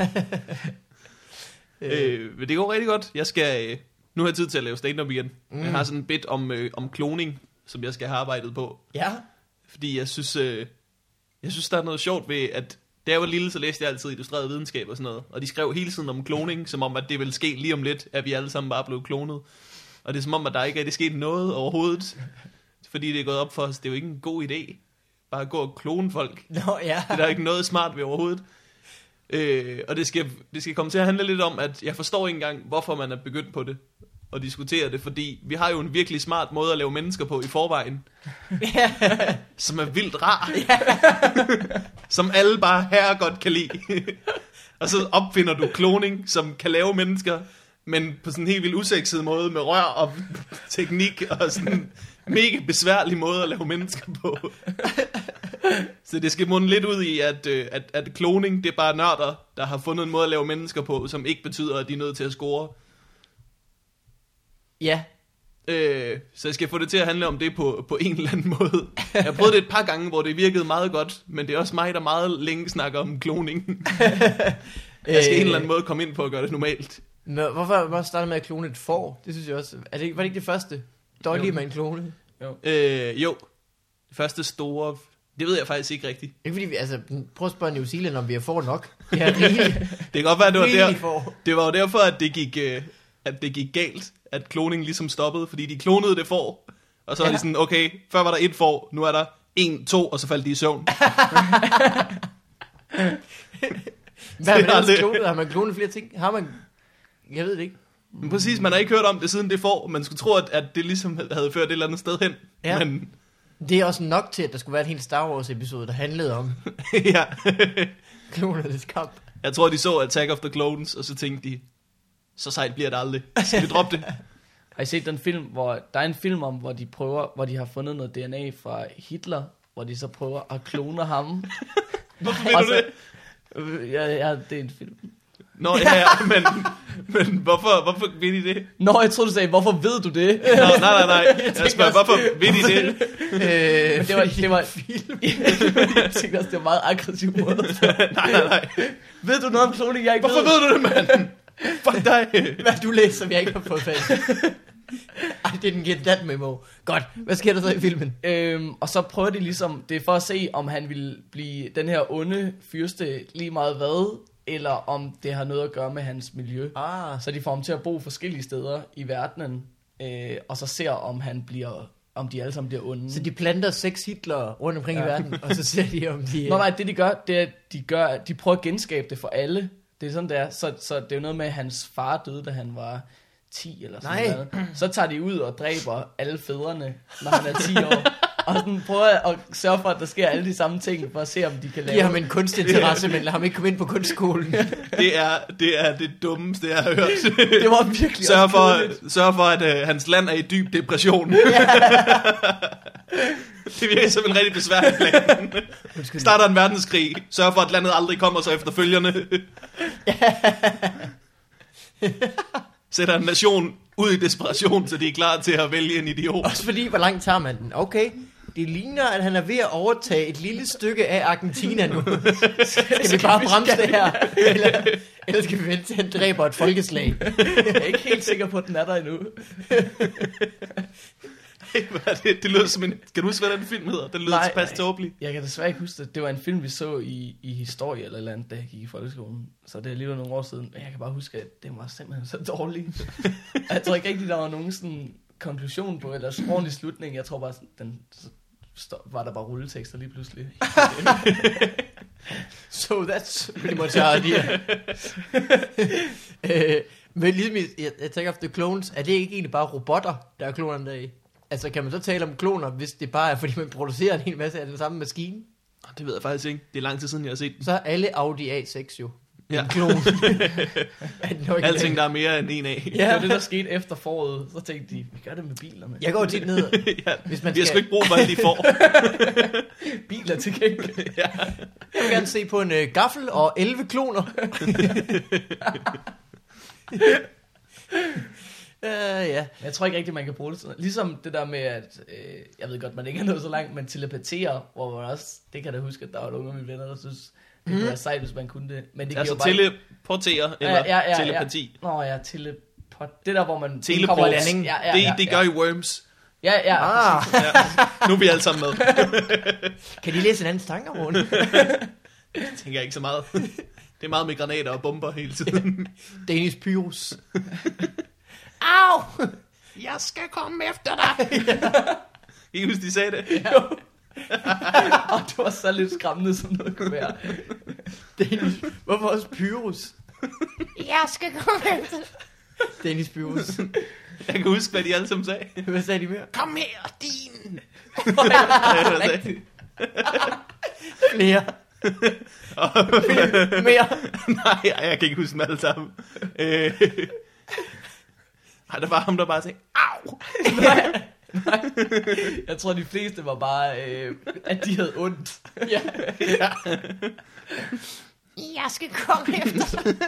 Øh, men det går rigtig godt. Jeg skal, øh, nu har jeg tid til at lave stand-up igen. Mm. Jeg har sådan en bit om, øh, om kloning, som jeg skal have arbejdet på. Ja. Fordi jeg synes, øh, jeg synes, der er noget sjovt ved, at da jeg var lille, så læste jeg altid illustreret videnskab og sådan noget. Og de skrev hele tiden om kloning, som om, at det ville ske lige om lidt, at vi alle sammen bare blev klonet. Og det er som om, at der ikke er det sket noget overhovedet. Fordi det er gået op for os. Det er jo ikke en god idé. Bare at gå og klone folk. Nå, ja. Der er ikke noget smart ved overhovedet. Øh, og det skal, det skal komme til at handle lidt om, at jeg forstår ikke engang, hvorfor man er begyndt på det. Og diskutere det, fordi vi har jo en virkelig smart måde at lave mennesker på i forvejen. Som er vildt rar. Som alle bare her godt kan lide. Og så opfinder du kloning, som kan lave mennesker men på sådan en helt vildt usekset måde, med rør og teknik, og sådan en mega besværlig måde at lave mennesker på. Så det skal munde lidt ud i, at, at, at kloning, det er bare nørder, der har fundet en måde at lave mennesker på, som ikke betyder, at de er nødt til at score. Ja. Øh, så jeg skal få det til at handle om det på, på en eller anden måde. Jeg har prøvet det et par gange, hvor det virkede meget godt, men det er også mig, der meget længe snakker om kloning. Jeg skal en eller anden måde komme ind på at gøre det normalt. Men hvorfor, hvorfor starte med at klone et får? Det synes jeg også. Er det, var det ikke det første? Dolly, man klone? Jo. Øh, jo. Det første store... Det ved jeg faktisk ikke rigtigt. Ikke fordi vi, altså, prøv at spørge New Zealand, om vi har får nok. Det er rigeligt. Det kan godt være, det var der. Får. Det var jo derfor, at det gik, øh, at det gik galt, at kloning ligesom stoppede, fordi de klonede det får, og så ja. var de sådan, okay, før var der et får, nu er der en, to, og så faldt de i søvn. Hvad har man ellers klonet? Har man klonet flere ting? Har man... Jeg ved det ikke. Men præcis, man har ikke hørt om det siden det får. Man skulle tro, at, at det ligesom havde ført et eller andet sted hen. Ja. Men... Det er også nok til, at der skulle være en helt Star Wars episode, der handlede om ja. klonernes kamp. Jeg tror, de så Attack of the Clones, og så tænkte de, så sejt bliver det aldrig. Skal vi droppe det? Har I set den film, hvor der er en film om, hvor de prøver, hvor de har fundet noget D N A fra Hitler, hvor de så prøver at klone ham. Hvorfor ved du det? Ja, ja, det er en film. Nå ja, ja, men, men hvorfor, hvorfor ved de det? Nå, jeg troede du sagde, hvorfor ved du det? Nå, nej, nej, nej. Jeg spørger, hvorfor ved de det? Øh, det var, det var film. Jeg tænkte også, det var meget aggressiv måde. nej, nej, nej. Ved du noget om kloning, jeg ikke hvorfor ved? ved du det, mand? Fuck dig. Hvad du læser, som jeg ikke har fået fat i? I didn't get that memo. Godt, hvad sker der så i filmen? Øhm, og så prøver de ligesom, det er for at se, om han vil blive den her onde fyrste lige meget hvad, eller om det har noget at gøre med hans miljø. Ah. Så de får ham til at bo forskellige steder i verdenen, øh, og så ser, om han bliver, om de alle sammen bliver onde. Så de planter seks Hitler rundt omkring Ja. i verden, og så ser de, om de... Nå nej, det de gør, det er, at de, gør, de prøver at genskabe det for alle. Det er sådan, det er. Så, så det er jo noget med, at hans far døde, da han var ti eller sådan Nej. noget. Så tager de ud og dræber alle fædrene, når han er ti år. Og sådan prøver at sørge for, at der sker alle de samme ting, for at se, om de kan lave... Giver ham en kunstinteresse, men lader ham ikke komme ind på kunstskolen. Det er, det er det dummeste, jeg har hørt. Det var virkelig Sørg også for, kedeligt. sørg for, at uh, hans land er i dyb depression. Det virker som en rigtig besværlig plan. Starter en verdenskrig. Sørg for, at landet aldrig kommer så efterfølgende. Sætter en nation ud i desperation, så de er klar til at vælge en idiot. Også fordi, hvor langt tager man den? Okay, det ligner, at han er ved at overtage et lille stykke af Argentina nu. Skal vi bare bremse det her? Eller, eller skal vi vente til, han dræber et folkeslag? Jeg er ikke helt sikker på, at den er der endnu. det, det lyder som en... Kan du huske, hvad den film hedder? Den lyder Nej, tilpas nej. tåbelig. Jeg kan desværre ikke huske det. Det var en film, vi så i, i historie eller et eller andet, da jeg gik i folkeskolen. Så det er alligevel nogle år siden. Men jeg kan bare huske, at den var simpelthen så dårlig. Jeg tror ikke rigtig, der var nogen sådan konklusion på, eller ordentlig slutning. Jeg tror bare, sådan, den, så stod, var der bare rulletekster lige pludselig. So that's pretty much our idea. øh, men ligesom i jeg, jeg tænker of the clones, er det ikke egentlig bare robotter, der er klonerne der i? Altså kan man så tale om kloner, hvis det bare er, fordi man producerer en hel masse af den samme maskine? Det ved jeg faktisk ikke. Det er lang tid siden, jeg har set den. Så er alle Audi A seks jo Ja. en klon. Alting, der er mere end en af. Ja. Det var det, der skete efter foråret. Så tænkte de, vi gør det med bilerne. Jeg går tit ned. ja. Hvis man Vi har skal- sgu ikke brug for alle de får. Biler til gengæld. ja. Jeg vil gerne se på en øh, gaffel og elleve kloner. Uh, ja. Jeg tror ikke rigtig, man kan bruge det sådan. Ligesom det der med, at øh, jeg ved godt, man ikke er nået så langt, men telepatere, hvor man også, det kan jeg da huske, at der var nogle af mine venner, der synes, det kunne være sejt, hvis man kunne det. Men det Altså giver jo bare... teleportere eller telepati. Ja. Nå ja, teleport. Det der, hvor man... Teleport. kommer- landing. Ja, ja, Det, ja, det gør i Worms. Ja, ja. Ah, Ja. Nu er vi alle sammen med. kan de læse hinandens tanker, Rune? Jeg tænker ikke så meget. Det er meget med granater og bomber hele tiden. Danish Pyrus. Au! Jeg skal komme efter dig. Ikke hvis de sagde det. Og det var så lidt skræmmende, som noget kunne være. Danish. Hvorfor også Pyrus? Jeg skal komme efter. Danish Pyrus. Jeg kan huske, hvad de alle sammen sagde. Hvad sagde de mere? Kom her, din. Rigtigt. Flere. Mere. Nej, jeg kan ikke huske dem alle sammen. Øh, Ej, der var ham, der bare tænkte, au! Nej, nej. Jeg tror, de fleste var bare, øh, at de havde ondt. Ja. Ja. Jeg skal komme efter dig.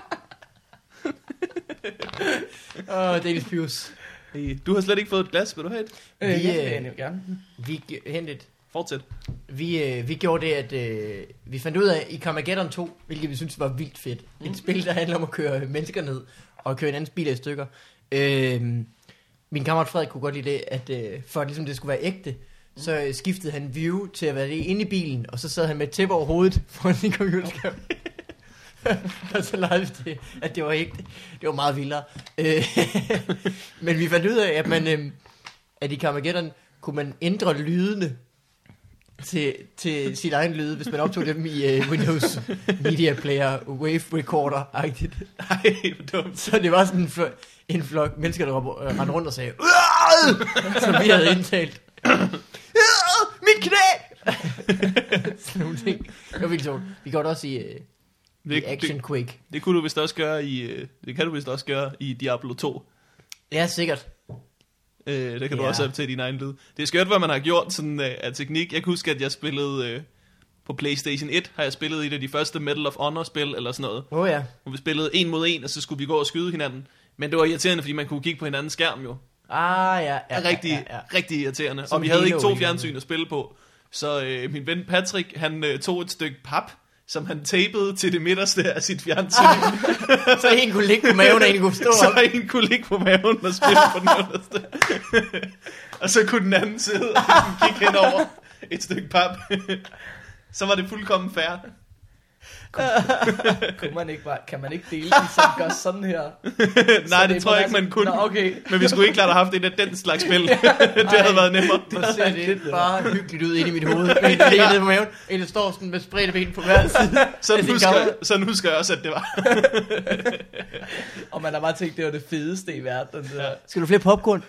Åh, oh, Danish Pius. Du har slet ikke fået et glas, vil du have et? Øh, Vi, jeg vil øh, egentlig gerne. Vi hentet. Fortsæt. Vi, øh, vi gjorde det, at øh, vi fandt ud af i Carmageddon to, hvilket vi synes var vildt fedt. Mm. Et spil, der handler om at køre mennesker ned og køre en anden bil i stykker. Øh, min kammerat Frederik kunne godt lide det, at øh, for at ligesom det skulle være ægte, mm. så øh, skiftede han view til at være det inde i bilen, og så sad han med et tæppe over hovedet foran sin computerskærm. Og så lavede vi det, at det var ægte. Det var meget vildere. Øh, Men vi fandt ud af, at man øh, at i Carmageddon kunne man ændre lydene til, til sin egen lyde, hvis man optog dem i uh, Windows Media Player Wave Recorder-agtigt. Nej, hvor dumt. Så det var sådan en, fl- en flok mennesker, der uh, rendte rundt og sagde, "Uah!" som vi havde indtalt. "Uah! Mit knæ!" Sådan nogle ting. Det var vildt sjovt. Vi gjorde det også i, uh, i Det, Action det, Quake. det kunne du vist også gøre i, øh, det kan du vist også gøre i Diablo to. Ja, sikkert. Øh, det kan du Ja. også have til din egen lyd. Det er skørt, hvad man har gjort sådan øh, af teknik. Jeg kan huske, at jeg spillede øh, på PlayStation et, har jeg spillet et af de første Medal of Honor-spil, eller sådan noget. Åh oh, ja. Hvor vi spillede en mod en, og så skulle vi gå og skyde hinanden. Men det var irriterende, fordi man kunne kigge på hinandens skærm jo. Ah, ja. ja, Rigtig, ja, ja. rigtig irriterende. Som Og vi havde ikke Halo to i fjernsyn hinanden. at spille på. Så øh, min ven Patrick, han øh, tog et stykke pap, som han tapede til det midterste af sit fjernsyn. Ah, så en kunne ligge på maven, og en kunne stå op. Så en kunne ligge på maven og spille på den underste. Og så kunne den anden sidde og kigge hen over et stykke pap. Så var det fuldkommen fair. Kunne man ikke bare, kan man ikke dele den, så gør sådan her? Nej, Så det tror jeg ikke, man kunne. Nå, okay. Men vi skulle ikke klart have haft et af den slags spil. Det havde været nemmere. Hvor ser det bare hyggeligt ud inde i mit hoved. Med en, der ligger nede på maven. En, der står sådan med spredte ben på hver side. Sådan sin husker, kammerat. sådan husker jeg også, at det var. Og man har bare tænkt, det var det fedeste i verden. Det der. Skal du flere popcorn?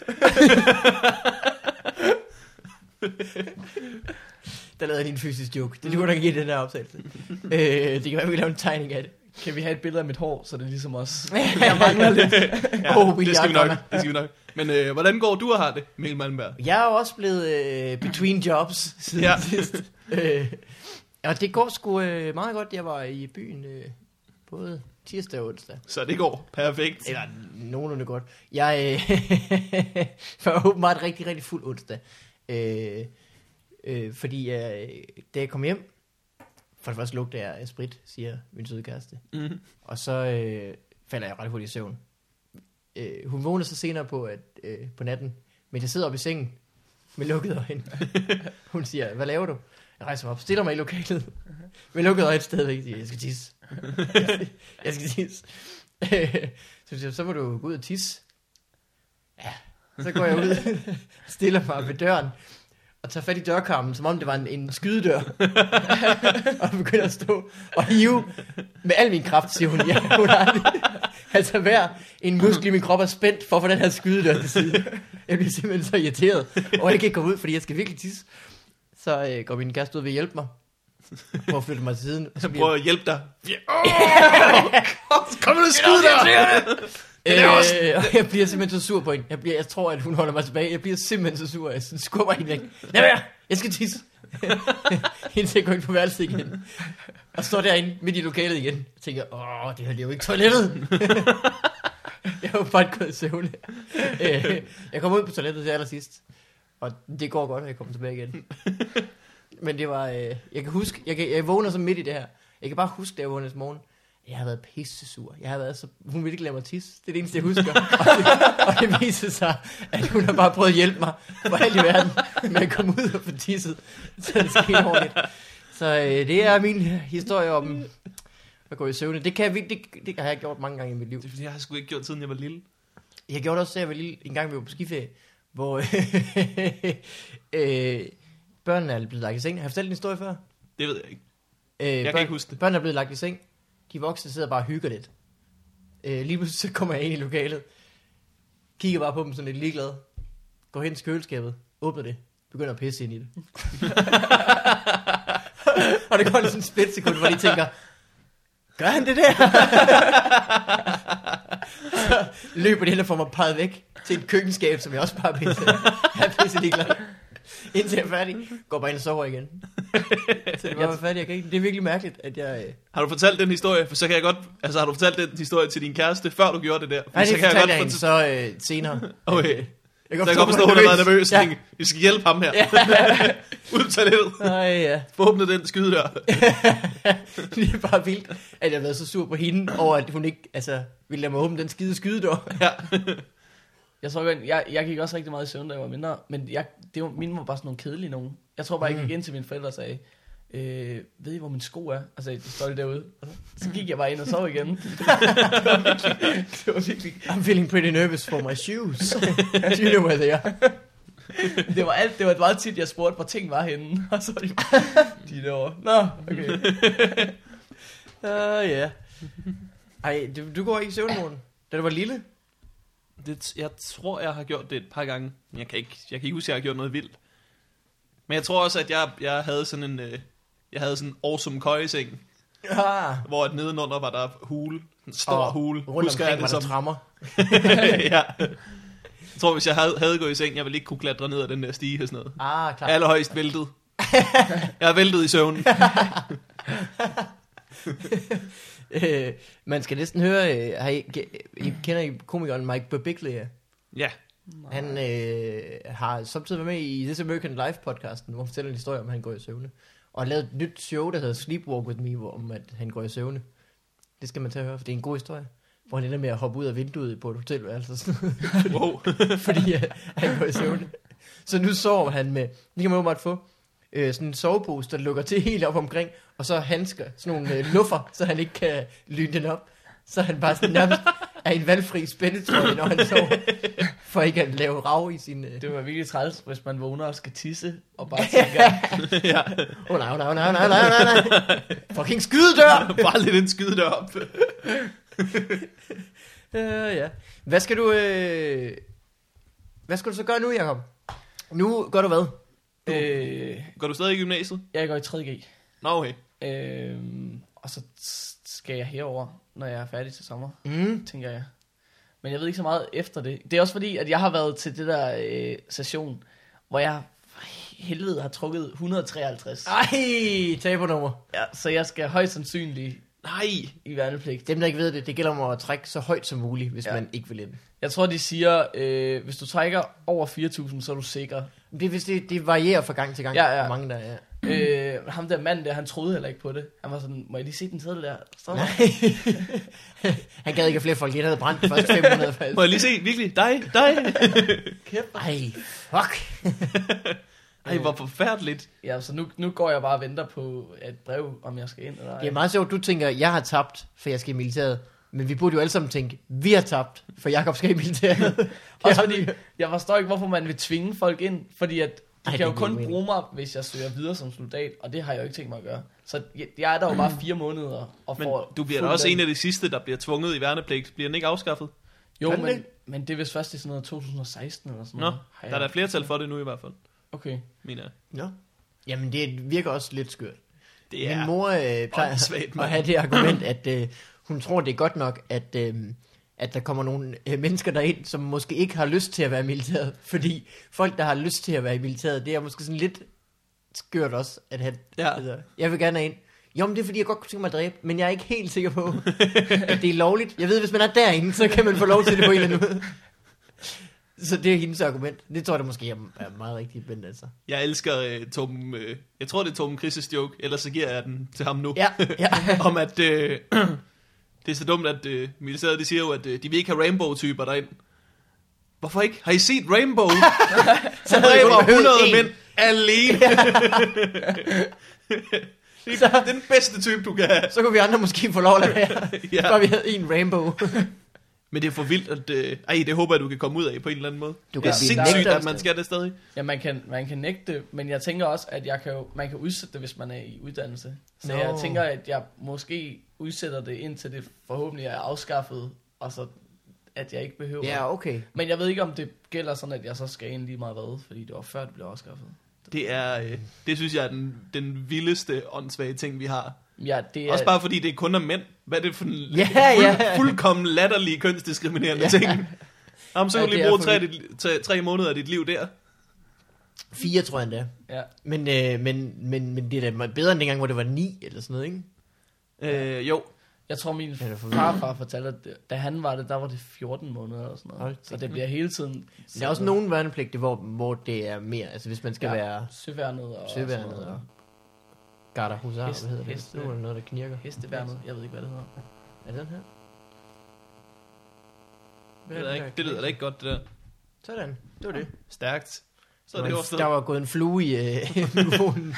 Der lavede jeg lige en fysisk joke. Det kunne du ikke i den der optagelse. øh, det kan være, vi kan lave en tegning af det. Kan vi have et billede af mit hår, så det er ligesom også... Jeg mangler lidt. Ja, Oh, we det skal are vi nok. gonna. Det skal vi nok. Men øh, hvordan går du og har det, Mikkel Malmberg? Jeg er jo også blevet øh, between jobs siden Ja. ja. sidst. Øh, og det går sgu øh, meget godt. Jeg var i byen øh, både tirsdag og onsdag. Så det går perfekt. Eller nogenlunde godt. Jeg øh, var åbenbart rigtig, rigtig fuld onsdag. Øh, øh, fordi øh, da jeg kom hjem, for det første lugter jeg af sprit, siger min søde kæreste. Mm-hmm. Og så øh, falder jeg ret hurtigt i søvn. Øh, hun vågner så senere på, at, øh, på natten, men jeg sidder oppe i sengen med lukkede øjne. Hun siger, hvad laver du? Jeg rejser mig op, stiller mig i lokalet med lukkede øjne stadigvæk. Jeg siger, jeg skal tisse. jeg skal tisse. Så siger jeg, så må du gå ud og tisse. Ja, så går jeg ud, stiller mig ved døren, og tager fat i dørkarmen, som om det var en, en skydedør. Og begynder at stå og hive med al min kraft, siger hun. Ja, hun har aldrig. Altså hver en muskel i min krop er spændt for at få den her skydedør til side. Jeg bliver simpelthen så irriteret, og jeg kan ikke komme ud, fordi jeg skal virkelig tisse. Så øh, går min kæreste ud ved at hjælpe mig. Prøv at flytte mig til siden. Og så Jeg bliver prøver at hjælpe dig. Kom nu, skyd der! Øh, og jeg bliver simpelthen så sur på hende. Jeg, bliver, jeg tror, at hun holder mig tilbage. Jeg bliver simpelthen så sur, at jeg sådan skubber hende væk. Lad være, jeg skal tisse. Indtil jeg går ind på værelset igen. Og står derinde midt i lokalet igen. Jeg tænker, åh, det her det er jo ikke toilettet. Jeg har jo bare gået i søvn. Øh, jeg kommer ud på toilettet til allersidst. Og det går godt, at jeg kommer tilbage igen. Men det var, øh, jeg kan huske, jeg, kan, jeg vågner så midt i det her. Jeg kan bare huske, da jeg vågnede i morgen. Jeg har været pisse sur. Jeg har været så... Hun ville ikke lade mig tisse. Det er det eneste, jeg husker. og, det, og det viser sig, at hun har bare prøvet at hjælpe mig for alt i verden med at komme ud og få tisset. Så det sker ordentligt. Så øh, det er min historie om at gå i søvne. Det, kan jeg, virkelig- det, det har jeg gjort mange gange i mit liv. Det er fordi, jeg har sgu ikke gjort, siden jeg var lille. Jeg gjorde det også, da jeg var lille. En gang vi var på skiferie, hvor øh, børnene er blevet lagt i seng. Har jeg fortalt en historie før? Det ved jeg ikke. Øh, Jeg kan børn, ikke huske det. Børnene er blevet lagt i seng. De voksne sidder bare og hygger lidt. Øh, lige pludselig så kommer jeg ind i lokalet. Kigger bare på dem sådan lidt ligeglad. Går hen til køleskabet. Åbner det. Begynder at pisse ind i det. Og det går sådan en split sekund, hvor de tænker, Gør han det der? Så løber de hen og får mig peget væk til et køkkenskab, som jeg også bare pisse. Jeg er pisse ligeglad. Indtil jeg er færdig, går bare ind og sover igen. Så det var jeg færdig. Jeg kan ikke. Det er virkelig mærkeligt, at jeg... Øh... Har du fortalt den historie? For så kan jeg godt... Altså, har du fortalt den historie til din kæreste, før du gjorde det der? For Nej, så det kan jeg fortalte godt jeg hende så øh, senere. Okay. Jeg kan godt forstå, at hun har været nervøs. Ja. Vi skal hjælpe ham her. Ja. Ud på toilettet. Nej, ja. Få åbnet den skyde der. Det er bare vildt, at jeg har været så sur på hende, over at hun ikke altså, ville lade mig åbne den skide skydedør. Ja. Jeg tror godt, jeg, jeg gik også rigtig meget i søvn, da jeg var mindre, men jeg, det var, mine var bare sådan nogle kedelige nogen. Jeg tror bare, jeg gik ind til mine forældre og sagde, øh, ved I, hvor min sko er? Altså, de står lige derude. Så gik jeg bare ind og sov igen. det, var virkelig, det var virkelig... I'm feeling pretty nervous for my shoes. Do you know where they are? Det var alt, det var meget tit, jeg spurgte, hvor ting var henne. Og så var de bare, de derovre. Nå, okay. Uh, ja. Ej, du, du går ikke i søvn, morgen, da du var lille? Det, jeg tror, jeg har gjort det et par gange. Men jeg kan ikke, jeg kan ikke huske, at jeg har gjort noget vildt. Men jeg tror også, at jeg, jeg havde sådan en... Øh, jeg havde sådan en awesome køjeseng. Ah. Hvor at nedenunder var der hule. En stor Og hule. rundt Husker omkring jeg var det der som... trammer. ja. Jeg tror, hvis jeg havde, havde gået i seng, jeg ville ikke kunne klatre ned ad den der stige og sådan noget. Ah, klart. Allerhøjst væltet. Jeg er væltet i søvn. øh, man skal næsten høre, øh, har I, I kender I komikeren Mike Birbiglia? Ja. Han øh, har samtidig været med i This American Life podcasten, hvor han fortæller en historie om, at han går i søvne. Og har lavet et nyt show, der hedder Sleepwalk With Me, hvor om at han går i søvne. Det skal man tage at høre, for det er en god historie. Hvor han ender med at hoppe ud af vinduet på et hotelværelse. Wow. Fordi uh, han går i søvne. Så nu sover han med, det kan man jo bare få, øh, sådan en sovepose, der lukker til helt op omkring, og så handsker, sådan nogle øh, luffer, så han ikke kan lyne den op. Så han bare sådan nærmest er en valgfri spændetrøje, når han sover, for ikke at lave rav i sin... Øh... Det var virkelig træls, hvis man vågner og skal tisse, og bare tænker... ja. Åh oh, nej, nej, nej, nej, nej, nej, nej. Fucking skydedør! Bare lidt en skyde derop. øh, ja. Hvad skal du... Øh... Hvad skal du så gøre nu, Jacob? Nu gør du hvad? Øh, Går du stadig i gymnasiet? jeg går i tredje G. Nå, okay. Øh, og så skal jeg herover, når jeg er færdig til sommer, Mm. tænker jeg. Men jeg ved ikke så meget efter det. Det er også fordi, at jeg har været til det der øh, session, hvor jeg for helvede har trukket et hundrede og treoghalvtreds. Ej, tabernummer. Ja, så jeg skal højst sandsynligt Nej. i værnepligt. Dem, der ikke ved det, det gælder om at trække så højt som muligt, hvis Ja. man ikke vil ind. Jeg tror, de siger, øh, hvis du trækker over fire tusind, så er du sikker. Det, hvis det, det varierer fra gang til gang, Ja, ja. hvor mange der er. Øh, ham der mand der, han troede heller ikke på det. Han var sådan, må jeg lige se den seddel der? Står der? Han gad ikke have flere folk, han havde brændt de første fem hundrede fald. Må jeg lige se? Virkelig? Dig? Dig? Kæft. Ej, fuck. Ej, hvor forfærdeligt. Ja, så nu, nu går jeg bare og venter på et brev, om jeg skal ind eller ej. Det er meget sjovt, du tænker, jeg har tabt, for jeg skal i militæret. Men vi burde jo alle sammen tænke, vi har tabt, for Jakob skal i militæret. Også fordi, jeg forstår ikke, hvorfor man vil tvinge folk ind, fordi at de Ej, Ej, det kan jo giver kun mening. bruge mig, hvis jeg søger videre som soldat, og det har jeg jo ikke tænkt mig at gøre. Så jeg, jeg er der jo bare fire måneder og Men får du bliver da fuld også løn. en af de sidste, der bliver tvunget i værnepligt. Bliver den ikke afskaffet? Jo, Kan men, det? men det er vist først i sådan noget to tusind og seksten eller sådan Nå, noget. Har der er jeg- der flertal for det nu i hvert fald, Okay. mener jeg. Nå. Jamen, det virker også lidt skørt. Det Min er... mor øh, plejer åndssvagt, at mand. have det argument, at øh, hun tror, det er godt nok, at, øh, at der kommer nogle øh, mennesker derind, som måske ikke har lyst til at være i militæret. Fordi folk, der har lyst til at være i militæret, det er måske sådan lidt skørt også, at have, Ja. altså, jeg vil gerne have ind. Jo, men det er fordi, jeg godt kunne tænke mig at dræbe, men jeg er ikke helt sikker på, at det er lovligt. Jeg ved, hvis man er derinde, så kan man få lov til det på en eller anden måde. Så det er hendes argument. Det tror jeg da måske er er meget rigtigt, men altså. Jeg elsker uh, Torben... Uh, jeg tror, det er Torben Chris' joke, ellers så giver jeg den til ham nu. Ja, ja. Om at... Uh, det er så dumt, at uh, militæret, de siger jo, at uh, de vil ikke have Rainbow-typer derind. Hvorfor ikke? Har I set Rainbow? Så dræber hundrede mænd alene. Det er den bedste type, du kan have. Så kunne vi andre måske få lov at være. Ja. Bare vi havde en rainbow. Men det er for vildt, at... Øh, ej, det håber jeg, du kan komme ud af på en eller anden måde. Du Det er kan blive sindssygt, nægtet. at man skal det stadig. Ja, man kan, man kan nægte det, men jeg tænker også, at jeg kan jo, man kan udsætte det, hvis man er i uddannelse. Så Nå. jeg tænker, at jeg måske udsætter det, indtil det forhåbentlig er afskaffet, og så at jeg ikke behøver. Ja, okay. Men jeg ved ikke, om det gælder sådan, at jeg så skal ind lige meget hvad, fordi det var før, det blev afskaffet. Det er... Øh, det synes jeg er den, den vildeste åndssvage ting, vi har. Ja, det er... Også bare fordi det kun er mænd. Hvad er det for en Ja, fuld, ja. fuldkommen latterlige kønsdiskriminerende Ja. ting? Jamen, så Ja, kan du det lige er bruge for tre, vildt. dit- tre, tre måneder af dit liv der. Fire, tror jeg endda. Ja. Men, øh, men, men, men det er da bedre end dengang, hvor det var ni eller sådan noget, ikke? Øh, jo. Jeg tror, min Ja, det er for farfar fortalte, at da han var det, der var det fjorten måneder eller sådan Hold noget. da Så det bliver hele tiden... Der er også nogen værnepligtige, hvor, hvor det er mere, altså hvis man skal ja. være Søværnet og søværnet sådan noget. og garder husar, Hest- hvad hedder det? heste- Nu er der noget, der knirker. Hesteværnet, jeg ved ikke, hvad det hedder. Er det den her? Det lyder, ikke, det lyder da ikke godt, det der. Sådan, det var det. Stærkt. Så Så er det der, overstået. der var gået en flue i øh, mikrofonen.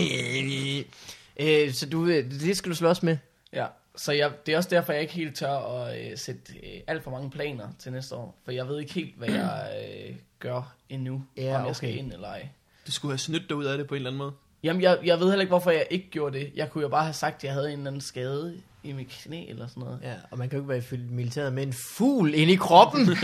øh, så du, øh, det skal du slås med. Ja, så jeg, det er også derfor, jeg ikke helt tør at øh, sætte øh, alt for mange planer til næste år. For jeg ved ikke helt, hvad jeg øh, gør endnu, Ja, om jeg skal okay. ind eller ej. Du skulle have snydt dig ud af det på en eller anden måde. Jamen, jeg, jeg ved heller ikke, hvorfor jeg ikke gjorde det. Jeg kunne jo bare have sagt, at jeg havde en eller anden skade i mit knæ eller sådan noget. Ja, og man kan jo ikke være i militæret med en fugl inde i kroppen. Nej.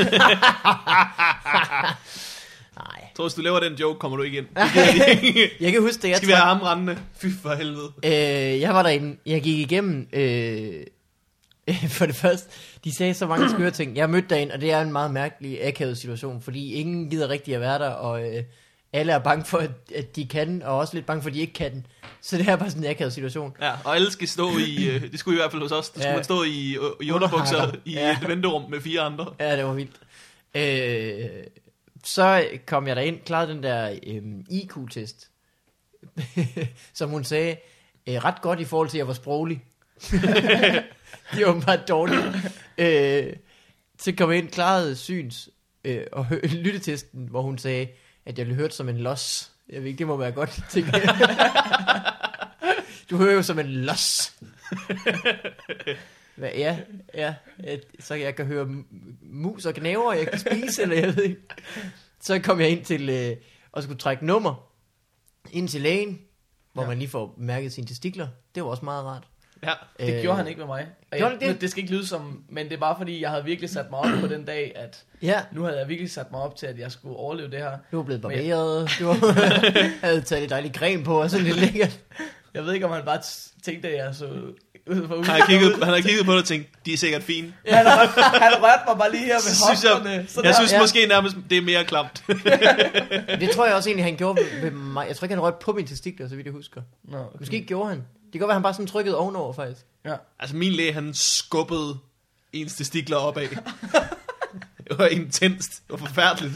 Jeg tror, hvis du laver den joke, kommer du ikke ind. Jeg kan huske det, jeg Skal vi have ham rendende? Fy for helvede. Øh, jeg var derinde, jeg gik igennem, øh, for det første, de sagde så mange skøre ting. Jeg mødte derinde, og det er en meget mærkelig akavet situation, fordi ingen gider rigtig at være der, og øh, alle er bange for, at, at de kan, og også lidt bange for, at de ikke kan. Så det er bare sådan en akavet situation. Ja, og alle skal stå i, øh, det skulle i hvert fald hos os, der skulle Ja. man stå i, øh, i underbukser Underhakker. i Ja. et venterum med fire andre. Ja, det var vildt. Øh, så kom jeg derind, klarede den der øh, I Q-test, som hun sagde, øh, ret godt i forhold til, at jeg var sproglig. Det var bare dårligt. Øh, så kom jeg ind, klarede syns øh, og hø- lyttetesten, hvor hun sagde, at jeg blev hørt som en los. Jeg ved ikke, det må være godt, tænker jeg. Du hører jo som en los. Hvad, ja, ja, et, så jeg kan høre m- mus og knæver, jeg kan spise, eller jeg ved ikke. Så kom jeg ind til, øh, og skulle trække nummer, ind til lægen, hvor Ja. man lige får mærket sine testikler. Det var også meget rart. Ja. Det øh, gjorde han ikke med mig. Og gjorde jeg, han det? det? det skal ikke lyde som, men det er bare fordi, jeg havde virkelig sat mig op på den dag, at Ja, nu havde jeg virkelig sat mig op til, at jeg skulle overleve det her. du var blevet Men- barberet, du var, havde taget lidt dejlig creme på, og sådan lidt lækkert. Jeg ved ikke, om han bare t- tænkte, at jeg så ud for ud. Han har kigget, han har kigget på det og tænkt, de er sikkert fine. Ja, han, rørte, han rørte mig bare lige her ved Synes jeg, hofterne. Så jeg der- synes ja. måske nærmest, det er mere klamt. Det tror jeg også egentlig, han gjorde ved mig. Jeg tror ikke, han rørte på mine testikler, så vidt jeg husker. Nå, okay. Måske gjorde han. Det kan godt være, han bare sådan trykkede ovenover, faktisk. Ja. Altså min læge, han skubbede ens testikler opad. Det var intenst. Det var forfærdeligt.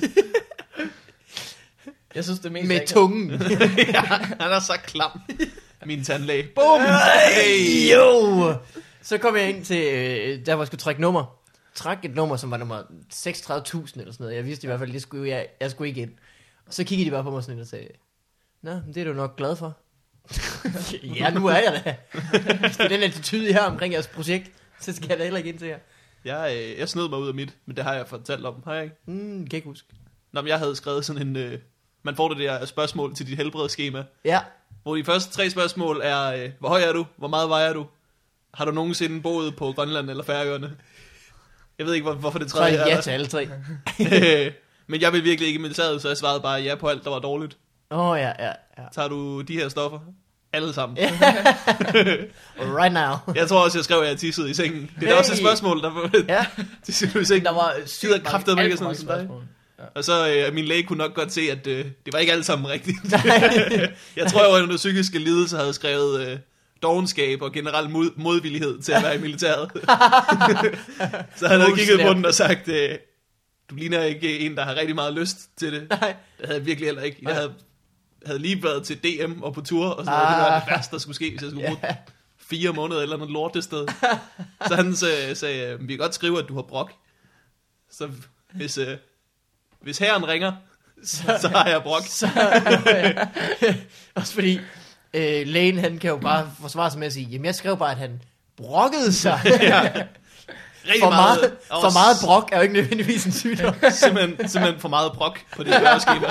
Jeg synes, det mest Med akavet- tungen. Ja, han er så klam. Min tandlæge. Boom! Hey, jo! Så kom jeg ind til, øh, der hvor jeg skulle trække nummer. Træk et nummer, som var nummer seksogtredive tusind eller sådan noget. Jeg vidste i hvert fald, det skulle jeg, jeg skulle ikke ind. Og så kiggede de bare på mig sådan lidt og sagde, nå, men det er du nok glad for. Ja, nu er jeg da. Hvis det er den attitude, jeg har omkring jeres projekt, så skal jeg da heller ikke ind til jer. Jeg, øh, jeg snød mig ud af mit, men det har jeg fortalt om. Har jeg ikke? Mm, kan ikke huske. Nå, men jeg havde skrevet sådan en... Øh, man får det der spørgsmål til dit helbredsskema, Ja, hvor de første tre spørgsmål er, øh, hvor høj er du? Hvor meget vejer du? Har du nogensinde boet på Grønland eller Færøerne? Jeg ved ikke, hvor, hvorfor det så er tredje jeg er ja til alle tre. der. Men jeg vil virkelig ikke i militæret, så jeg svarede bare ja på alt, der var dårligt. Åh, oh, ja, ja, ja. Tager du de her stoffer? Alle sammen. Right now. Jeg tror også, jeg skrev, at jeg tissede i sengen. Det er da også et Hey. spørgsmål, der Ja. Tissede du i sengen? Der var Gider sygt mange, kraftedeme ikke alt for sådan mange som dig. spørgsmål. Ja. Og så øh, min læge kunne nok godt se, at øh, det var ikke alt sammen rigtigt. Jeg tror, jeg var under psykiske lidelser havde skrevet øh, dovenskab og generel mod, modvillighed til at være i militæret. Så han havde Oh, kigget på snap. den og sagt, øh, du ligner ikke en, der har rigtig meget lyst til det. Nej. Det havde jeg virkelig heller ikke. Jeg havde, havde lige været til D M og på tur, og sådan Ah. noget. Det var det værste, der skulle ske, hvis jeg skulle bruge fire måneder eller noget lort det sted. Så han sagde, sagde, vi kan godt skrive, at du har brok. Så hvis, øh, hvis herren ringer, så, så har jeg brok. Så, ja. Også fordi øh, lægen, han kan jo bare forsvare sig med at sige, jamen jeg skrev bare, at han brokkede sig. Rigtig For meget, og for meget brok er jo ikke nødvendigvis en sygdom. simpelthen, simpelthen for meget brok på det spørgeskema.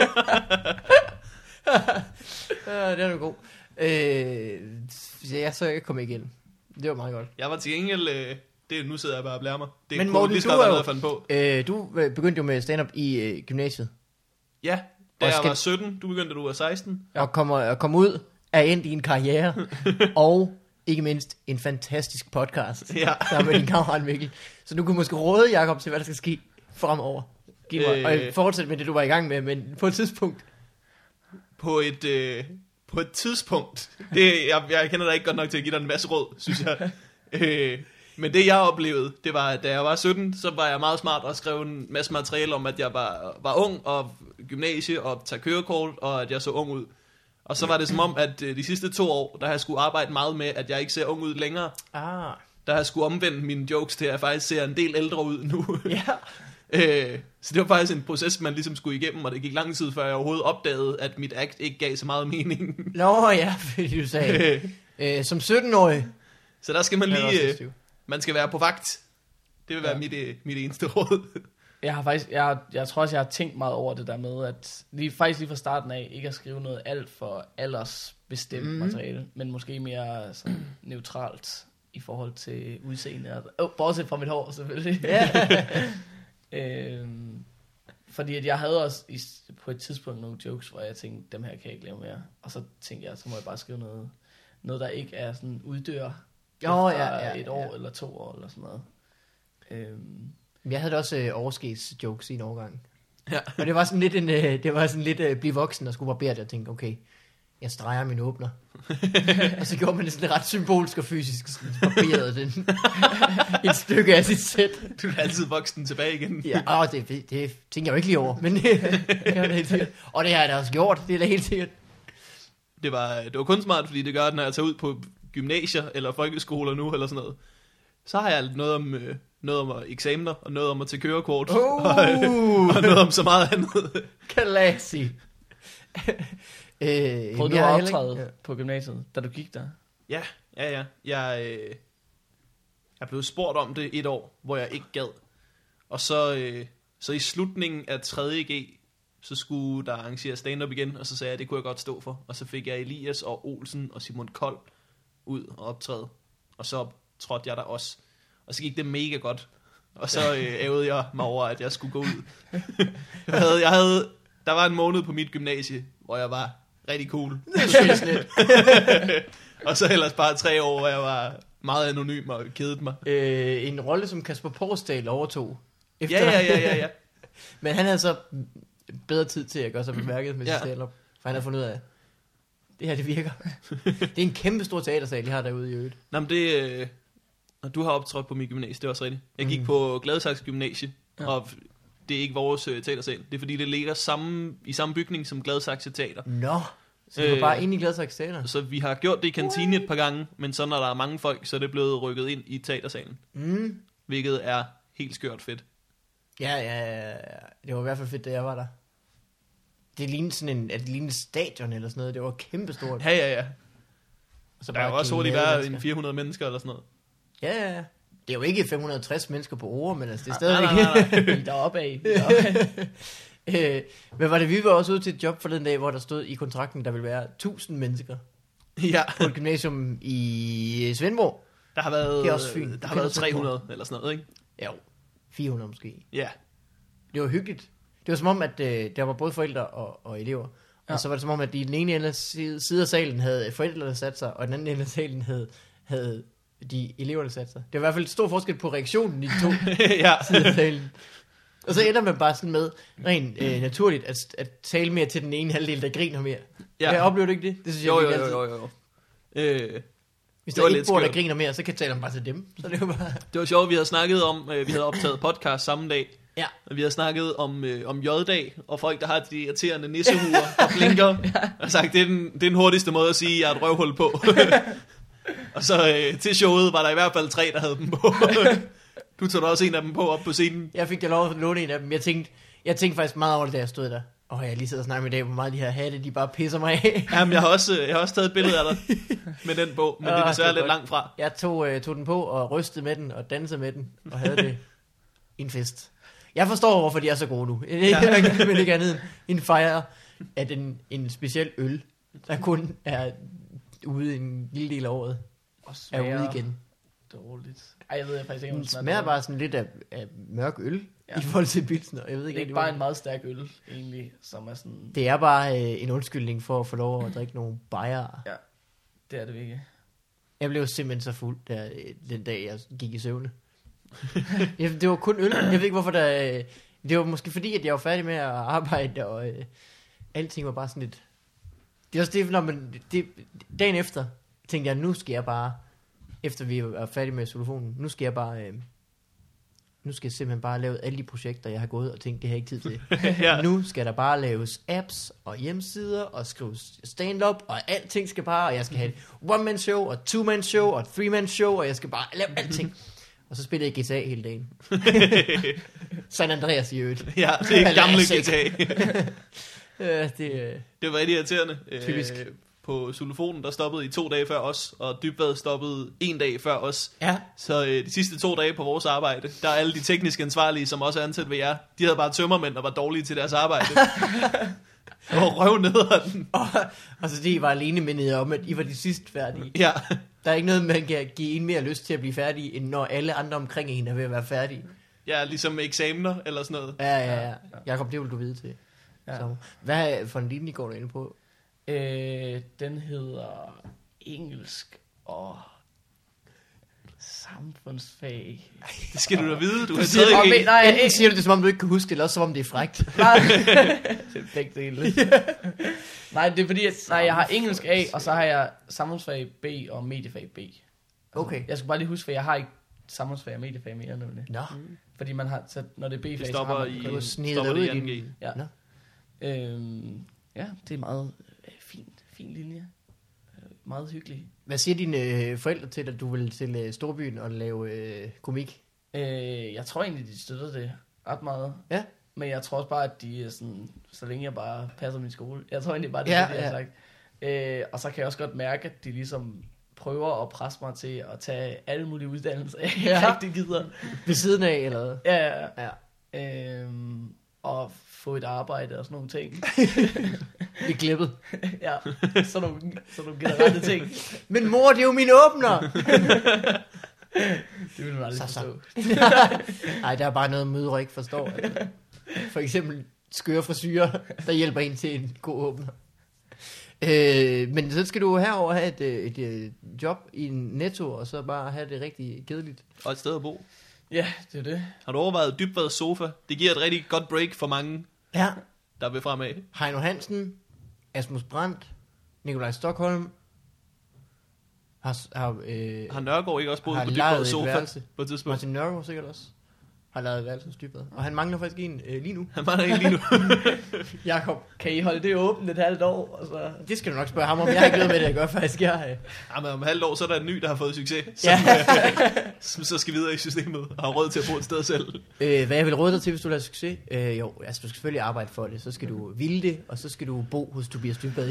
Ja, det er jo god. Øh, så ja, så jeg kom ikke ind. Det var meget godt. Jeg var til gengæld, øh, det, nu sidder jeg bare og blærer mig. Det Men kunne Morten, lige så du godt er være jo- noget, jeg fandt på. Øh, du øh, begyndte jo med stand-up i øh, gymnasiet. Ja, da Og jeg skal- var sytten, du begyndte, da du var seksten. Og kommer og kom ud, er endt i en karriere. Og ikke mindst en fantastisk podcast, Ja. sammen med din kammerat Mikkel. Så du kunne måske råde Jacob til, hvad der skal ske fremover. Giv mig, Øh. og fortsæt med det, du var i gang med, men på et tidspunkt. På et, øh, på et tidspunkt, det, jeg, jeg kender dig ikke godt nok til at give dig en masse råd, synes jeg. øh, men det jeg oplevede, det var, at da jeg var sytten, så var jeg meget smart og skrev en masse materiale om, at jeg var, var ung og gymnasie og tage kørekort, og at jeg så ung ud. Og så var det som om, at øh, de sidste to år, der har jeg skulle arbejde meget med, at jeg ikke ser ung ud længere. Ah, Der har jeg skulle omvende mine jokes til, at jeg faktisk ser en del ældre ud nu. ja. øh, så det var faktisk en proces, man ligesom skulle igennem, og det gik lang tid, før jeg overhovedet opdagede, at mit act ikke gav så meget mening. Nå ja, fordi du sagde, øh, som sytten-årig. Så der skal man Jeg er også lige, lidt øh, stiv. man skal være på vagt. Det vil være Ja. mit, øh, mit eneste råd. Jeg har faktisk, jeg, jeg tror også, jeg har tænkt meget over det der med, at lige, faktisk lige fra starten af, ikke at skrive noget alt for aldersbestemt Mhm. mm. materiale, men måske mere sådan neutralt i forhold til udseende. Åh, oh, bortset fra mit hår, selvfølgelig. Ja. øhm, fordi at jeg havde også i, på et tidspunkt nogle jokes, hvor jeg tænkte, dem her kan jeg ikke lave mere. Og så tænkte jeg, så må jeg bare skrive noget, noget der ikke er sådan uddør Jo, efter ja, ja, et år ja. eller to år eller sådan noget. Øhm, Jeg havde da også øh, overskeds jokes i en overgang. Ja. Og det var sådan lidt en, øh, det var sådan lidt øh, blive voksen og skulle barbere det og tænke, okay, jeg streger min åbner. Og så gjorde man det sådan ret symbolsk og fysisk, sådan barberede den et stykke af sit sæt. Du er altid voksen tilbage igen. Ja, åh, det, det, det tænker jeg jo ikke lige over, men det var da helt sikkert. Og det har jeg da også gjort, det er da helt sikkert. Det var, det var kun smart, fordi det gør, at når jeg tager ud på gymnasier eller folkeskoler nu, eller sådan noget, så har jeg noget om, øh, noget om eksamener, og noget om at tage kørekort, Oh. og, øh, og noget om så meget andet. Kalasi. øh, prøvede du jeg har at heller optræde ikke- ja. på gymnasiet, da du gik der? Ja, ja, ja. Jeg, øh, jeg blev spurgt om det et år, hvor jeg ikke gad. Og så, øh, så i slutningen af tredje G, så skulle der arrangere stand-up igen, og så sagde jeg, at det kunne jeg godt stå for. Og så fik jeg Elias og Olsen og Simon Kold ud og optræde. Og så trådte jeg der også. Og så gik det mega godt. Og så øh, ævede jeg mig over, at jeg skulle gå ud. jeg havde, jeg havde, der var en måned på mit gymnasie, hvor jeg var rigtig cool. Det synes lidt. Og så ellers bare tre år, hvor jeg var meget anonym og kedede mig. øh, en rolle, som Kasper Porsdal overtog. Efter Ja, ja, ja, ja, ja. Men han havde så bedre tid til at gøre sig bemærket med sit Ja. stand-up. For han har fundet ud af, det her det virker. Det er en kæmpe stor teatersal, de har derude i øvrigt. Nå, men det... Øh, og du har optrådt på mit gymnasie, det er også rigtigt. Jeg gik Mm. på Gladsaxe Gymnasie, Ja. og det er ikke vores øh, teatersal. Det er fordi, det ligger samme, i samme bygning som Gladsaxe Teater. Nå, så det var Øh, bare inde i Gladsaxe Teater. Så vi har gjort det i kantine et par gange, men så når der er mange folk, så er det blevet rykket ind i teatersalen. Mm. Hvilket er helt skørt fedt. Ja, ja, ja, ja. Det var i hvert fald fedt, da jeg var der. Det lignede sådan en, at det lignede stadion eller sådan noget. Det var kæmpestort. Ja, ja, ja. Og så Der er jo bare også hurtigt glade været mennesker. en fire hundrede mennesker eller sådan noget. Ja, ja, ja. Det er jo ikke fem hundrede og tres mennesker på ord, men altså det er Nej, stadigvæk... nej, nej, nej. I deroppe af. deroppe af. øh, men var det, vi var også ude til et job forleden dag, hvor der stod i kontrakten, der ville være tusind mennesker Ja, på et gymnasium i Svendborg. der har været, Det er også fint. der Du har kender været Svendborg. tre hundrede eller sådan noget, ikke? Jo, fire hundrede måske. Ja. Det var hyggeligt. Det var som om, at øh, der var både forældre og, og elever. Ja. Ja. Og så var det som om, at i den ene ende af side, side af salen havde forældrene sat sig, og i den anden ende af salen havde, havde de eleverne sat sig. Det var i hvert fald stor forskel på reaktionen i de to ja. sider af salen. Og så ender man bare sådan med, rent øh, naturligt, at, at tale mere til den ene halvdel, der griner mere. Ja. Jeg oplever du ikke det? Det synes jeg Jo, jo, ikke jo, altid. jo, jo. Øh, Hvis Det der var er lidt et bord, der skørt. griner mere, så kan jeg tale bare til dem. Så det er jo bare... det var sjovt, vi havde snakket om, øh, vi havde optaget podcast samme dag, Ja. og vi havde snakket om, øh, om J-dag, og folk, der har de irriterende nissehuer og blinker, og sagt, det er, den, det er den hurtigste måde at sige, at jeg har et røvhul på. Og så øh, til showet var der i hvert fald tre, der havde dem på. Du tog da også en af dem på op på scenen. Jeg fik da lov at låne en af dem. Jeg tænkte, jeg tænkte faktisk meget over det, da jeg stod der. Åh, oh, jeg har lige siddet og snakket med i dag, hvor meget de her hatte, de bare pisser mig af. Jamen, jeg har også, jeg har også taget et billede af dig med den bog, men det er Åh, desværre det er lidt godt. langt fra. Jeg tog, øh, tog den på og rystede med den og dansede med den og havde det en fest. Jeg forstår, hvorfor de er så gode nu. Det er men ikke andet end en fejre af den, en speciel øl, der kun er ude en lille del af året, Og er ude smager igen. dårligt. Ej, jeg ved jeg faktisk ikke, om Den den smager smager dårligt. bare sådan lidt af, af mørk øl Ja. ja. i forhold til pilsner. Jeg ved Det ikke, er ikke hvad bare en meget stærk øl, egentlig, som er sådan... Det er bare øh, en undskyldning for at få lov at drikke nogle bajere. Det er det virkelig. Jeg blev simpelthen så fuld der, den dag, jeg gik i søvne. jeg, det var kun øl. Jeg ved ikke, hvorfor der... Det var måske fordi, at jeg var færdig med at arbejde, og øh, alting var bare sådan lidt... Det er også det, når man... Det, dagen efter tænkte jeg, nu skal jeg bare... Efter vi var færdige med xylofonen, nu skal jeg bare... Øh, nu skal jeg simpelthen bare lave alle de projekter, jeg har gået og tænkt, det har jeg ikke tid til. Ja. Nu skal der bare laves apps og hjemmesider og skrives stand-up, og alting skal bare, og jeg skal have et one-man-show og two-man-show og three-man-show, og jeg skal bare lave alting. Og så spillede jeg G T A hele dagen. San Andreas i øvrigt. Ja, det er gamle G T A. Ja, det, øh, Det var rigtig irriterende. Typisk. Øh, på xylofonen, der stoppede i to dage før os, og Dybvad stoppede en dag før os. ja, Så øh, de sidste to dage på vores arbejde, der er alle de tekniske ansvarlige, som også er ansat ved jer, de havde bare tømmermænd, der var dårlige til deres arbejde. Og røv ned ad den. og, og så det var alene mindet om, at I var de sidst færdige. Ja, Der er ikke noget, man kan give en mere lyst til at blive færdig, end når alle andre omkring en er ved at være færdige. ja, ligesom med eksamener eller sådan noget. Ja, ja, ja. Jakob, det vil du vide til. Ja. Så, hvad for en linje går du ind på? Øh, den hedder engelsk og samfundsfag. Det skal du da vide, du har siger, taget og ikke men- nej, Enten ikke- siger du det, som om du ikke kan huske det, eller også som om det er frækt. Nej, det er begge dele. Nej, det er fordi, at, nej, jeg har engelsk A, og så har jeg samfundsfag B og mediefag B. Altså, Okay. Jeg skal bare lige huske, for jeg har ikke samfundsfag og mediefag mere nemlig. Nå, Fordi man har, så når det er B-fag, Det så stopper har man i, Du har snedet stopper dig det ud i i anden G. Ja. Nå. Øhm, ja, det er meget øh, fint, fin linje. Øh, meget hyggelig. hvad siger dine øh, forældre til, at du vil til øh, Storbyen og lave øh, komik? Øh, jeg tror egentlig, de støtter det ret meget. Ja. Men jeg tror også bare, at de er sådan, så længe jeg bare passer min skole. Jeg tror egentlig bare, det er Ja, det, de har ja. sagt. Øh, og så kan jeg også godt mærke, at de ligesom prøver at presse mig til at tage alle mulige uddannelser, jeg ikke Ja. rigtig gider. Ved siden af, eller hvad? Ja, ja, Ja. ja. Øhm, og få et arbejde og sådan nogle ting. Vi glippet. Ja, sådan nogle, sådan nogle generelle ting. Men mor, det er jo min åbner! Det vil du aldrig Så, så. forstå. Nej, der er bare noget, mødre ikke forstår. Altså. For eksempel skøre frisyrer, der hjælper en til en god åbner. Øh, men så skal du herover have et, øh, et, et job i en Netto, og så bare have det rigtig kedeligt. Og et sted at bo. Ja, det er det. Har du overvejet Dybvads sofa? Det giver et rigtig godt break for mange, Ja. der vil fremad. Heino Hansen, Asmus Brandt, Nikolaj Stockholm, har, har, øh, Har Nørgaard ikke også boet Har på lejet Dybvads et sofa værelse. på et tidspunkt? Martin Nørgaard sikkert også, har lavet et værelse hos Dybvad. Og han mangler faktisk en øh, lige nu. Han mangler ikke lige nu. Jakob. Kan I holde det åbent et halvt år? Og så... Det skal du nok spørge ham om. Jeg har ikke noget med det, jeg gør faktisk. Jeg, øh, Ja, men om halvt år, så er der en ny, der har fået succes. Som, ja. som så skal videre i systemet og har råd til at bo et sted selv. øh, hvad jeg vil råde dig til, hvis du vil have succes? Øh, jo, altså du skal selvfølgelig arbejde for det. Så skal du ville det, og så skal du bo hos Tobias Dybvad.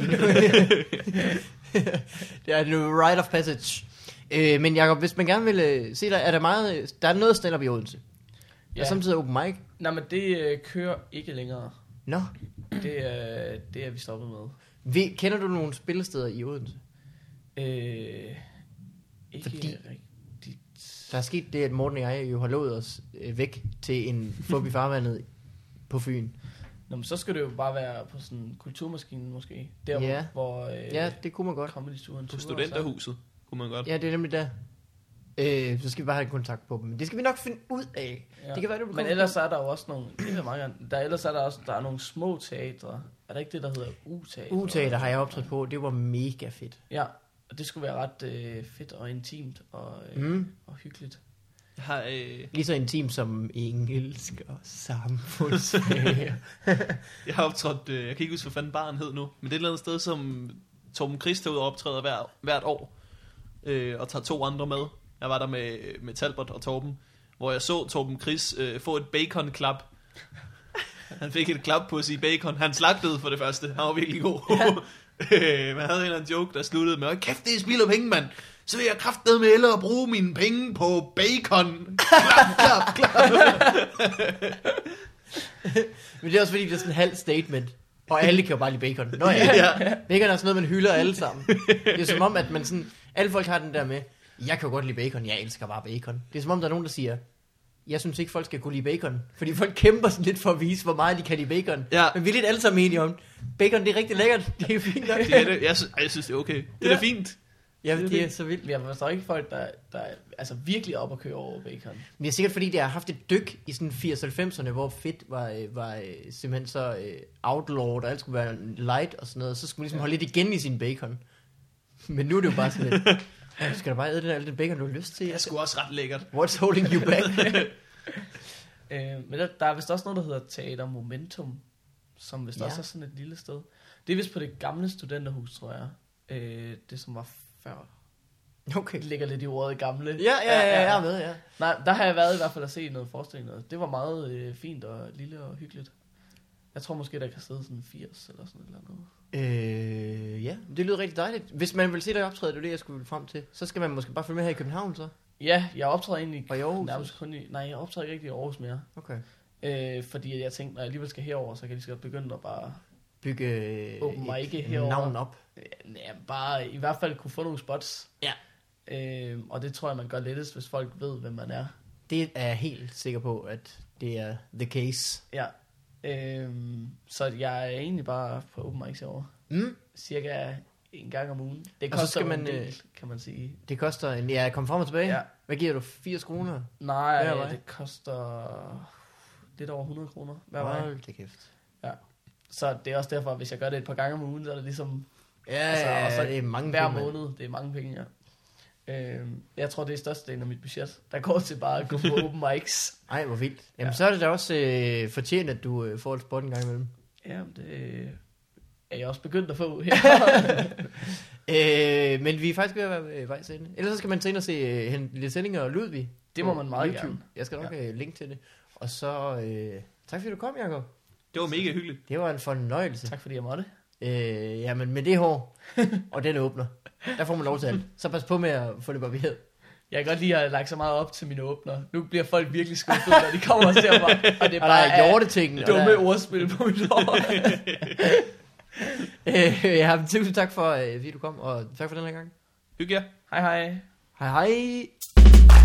Det er en rite of passage. Øh, men Jacob, hvis man gerne vil øh, se dig, er der meget... Der er noget stand-up i Odense. Ja. Og samtidig open mic. Nej, men det øh, kører ikke længere. Nå. Det, er, det er vi stoppet med. Vi, kender du nogle spillesteder i Odense? Øh, ikke Fordi- rigtigt. Der er sket det, at Morten og jeg jo har lovet os øh, væk til en fup i farvandet på Fyn. Nå, men så skal det jo bare være på sådan en kulturmaskine måske. Der, Ja. hvor, hvor øh, Ja, det kunne man godt. comedy-turen På turer, studenterhuset kunne man godt. Ja, det er nemlig der. Øh, så skal vi bare have en kontakt på dem. Men det skal vi nok finde ud af. Ja. Det kan være, du Men ellers er der jo også nogle, det vil meget gerne, der, ellers er der også der er nogle små teatre. Er der ikke det, der hedder U-teater? U-teater har jeg optrådt på. Det var mega fedt. Ja, og det skulle være ret øh, fedt og intimt og, øh, Mm. og hyggeligt. Jeg har, øh, Lige så intim som engelsk og samfundsfag. jeg har optrådt, øh, jeg kan ikke huske, hvad fanden baren hed nu, men det er et eller andet sted, som Torben Chris tager ud og optræder hver, hvert år, øh, og tager to andre med. Jeg var der med, med Talbot og Torben, hvor jeg så Torben Chris øh, få et bacon-klap. Han fik et klap på at sige bacon. Han slagtede for det første. Han var virkelig god. Ja. Man havde en eller anden joke, der sluttede med, kæft, det er spild af penge, mand. Så vil jeg kraftedeme med eller bruge mine penge på bacon. Klap, klap, klap. Men det er også fordi, det er sådan en halv statement. Og alle kan jo bare lide bacon. Nå ja, Ja. bacon er sådan noget, man hylder alle sammen. Det er som om, at man sådan... Alle folk har den der med, jeg kan jo godt lide bacon, jeg elsker bare bacon. Det er som om, der er nogen, der siger, jeg synes ikke, folk skal kunne lide bacon. Fordi folk kæmper sådan lidt for at vise, hvor meget de kan lide bacon. Ja. Men vi er lidt alle sammen enige om, bacon det er rigtig lækkert. Det er fint nok. Det er det. Jeg, synes, jeg synes, det er okay. Det er Ja. da fint. Ja, Det er det er det. så vildt. Jeg forstår ikke folk, der, der er altså virkelig op at køre over bacon. Men det er sikkert fordi, det har haft et dyk i sådan firs halvfemserne, hvor fedt var, øh, var øh, simpelthen så øh, outlawed, og alt skulle være light og sådan noget. Så skulle man ligesom Ja. holde lidt igen i sin bacon. Men nu er det jo bare sådan lidt, "Ja, skal du bare æde den, al den bacon, du har lyst til? Det er sgu også ret lækkert. What's holding you back? Øh, men der, der er vist også noget, der hedder Teater Momentum, som vist Ja. ja. også er sådan et lille sted. Det er vist på det gamle studenterhus, tror jeg. Øh, det som var før. Okay. Det ligger lidt i ordet gamle. Ja, ja, ja, jeg er med, ja. Nej, der har jeg været i hvert fald at se noget forestilling. Noget. Det var meget øh, fint og lille og hyggeligt. Jeg tror måske, der kan sidde sådan firs eller sådan et eller andet. Øh, ja, det lyder rigtig dejligt. Hvis man vil se dig optræde, det er det, jeg skulle frem til, så skal man måske bare følge med her i København, så. Ja, jeg optræder egentlig Og i Aarhus nærmest også? kun i... Nej, jeg optræder ikke rigtig i Aarhus mere. Okay. Øh, fordi jeg tænkte, når jeg alligevel skal herover, så kan jeg lige så godt begynde at bare... Bygge øh, Open mic et herovre. navn op. Ja, bare i hvert fald kunne få nogle spots. Ja. Øh, og det tror jeg, man gør lettest, hvis folk ved, hvem man er. Det er jeg helt sikker på, at det er the case. Ja. Øh, så jeg er egentlig bare på open mics herovre. Mm. Cirka en gang om ugen. Det Og så koster skal man, man, en del, øh, kan man sige. Det koster en... Ja, kom frem og tilbage. Ja. Hvad giver du? firs kroner? Nej, Hver vej? det koster lidt over hundrede kroner hver vej. Hold da kæft. Så det er også derfor, hvis jeg gør det et par gange om ugen, så er det ligesom Ja, Altså, altså, og så det er mange hver penge, mand. måned. Det er mange penge, ja. Øh, jeg tror, det er størstedelen af mit budget, der går til bare at gå på open mics. Ej, hvor vildt. Jamen, Ja. så er det da også øh, fortjent, at du øh, får et spot en gang imellem. Ja, det øh, er jeg også begyndt at få her. Øh, men vi er faktisk ved at være øh, vejs ende. Ellers så skal man tage ind og se øh, Hen- Lille Sendinger og Ludvig. Det på må man meget YouTube. gerne. Jeg skal nok Ja. ja. linke til det. Og så øh, tak fordi du kom, Jacob. Det var mega hyggeligt. Det var en fornøjelse. Tak fordi jeg måtte. Øh, jamen, med det hår, og den åbner, der får man lov til alt. Så pas på med at få det barberet. Jeg kan godt lide at have lagt så meget op til mine åbner. Nu bliver folk virkelig skuffet, når de kommer og ser mig. Og det er Og der bare er hjortetingen. og dumme der- ordspil på mit hår. Øh, ja, tusind tak for, øh, fordi du kom, og tak for den her gang. Hygge jer. Hej hej. Hej hej.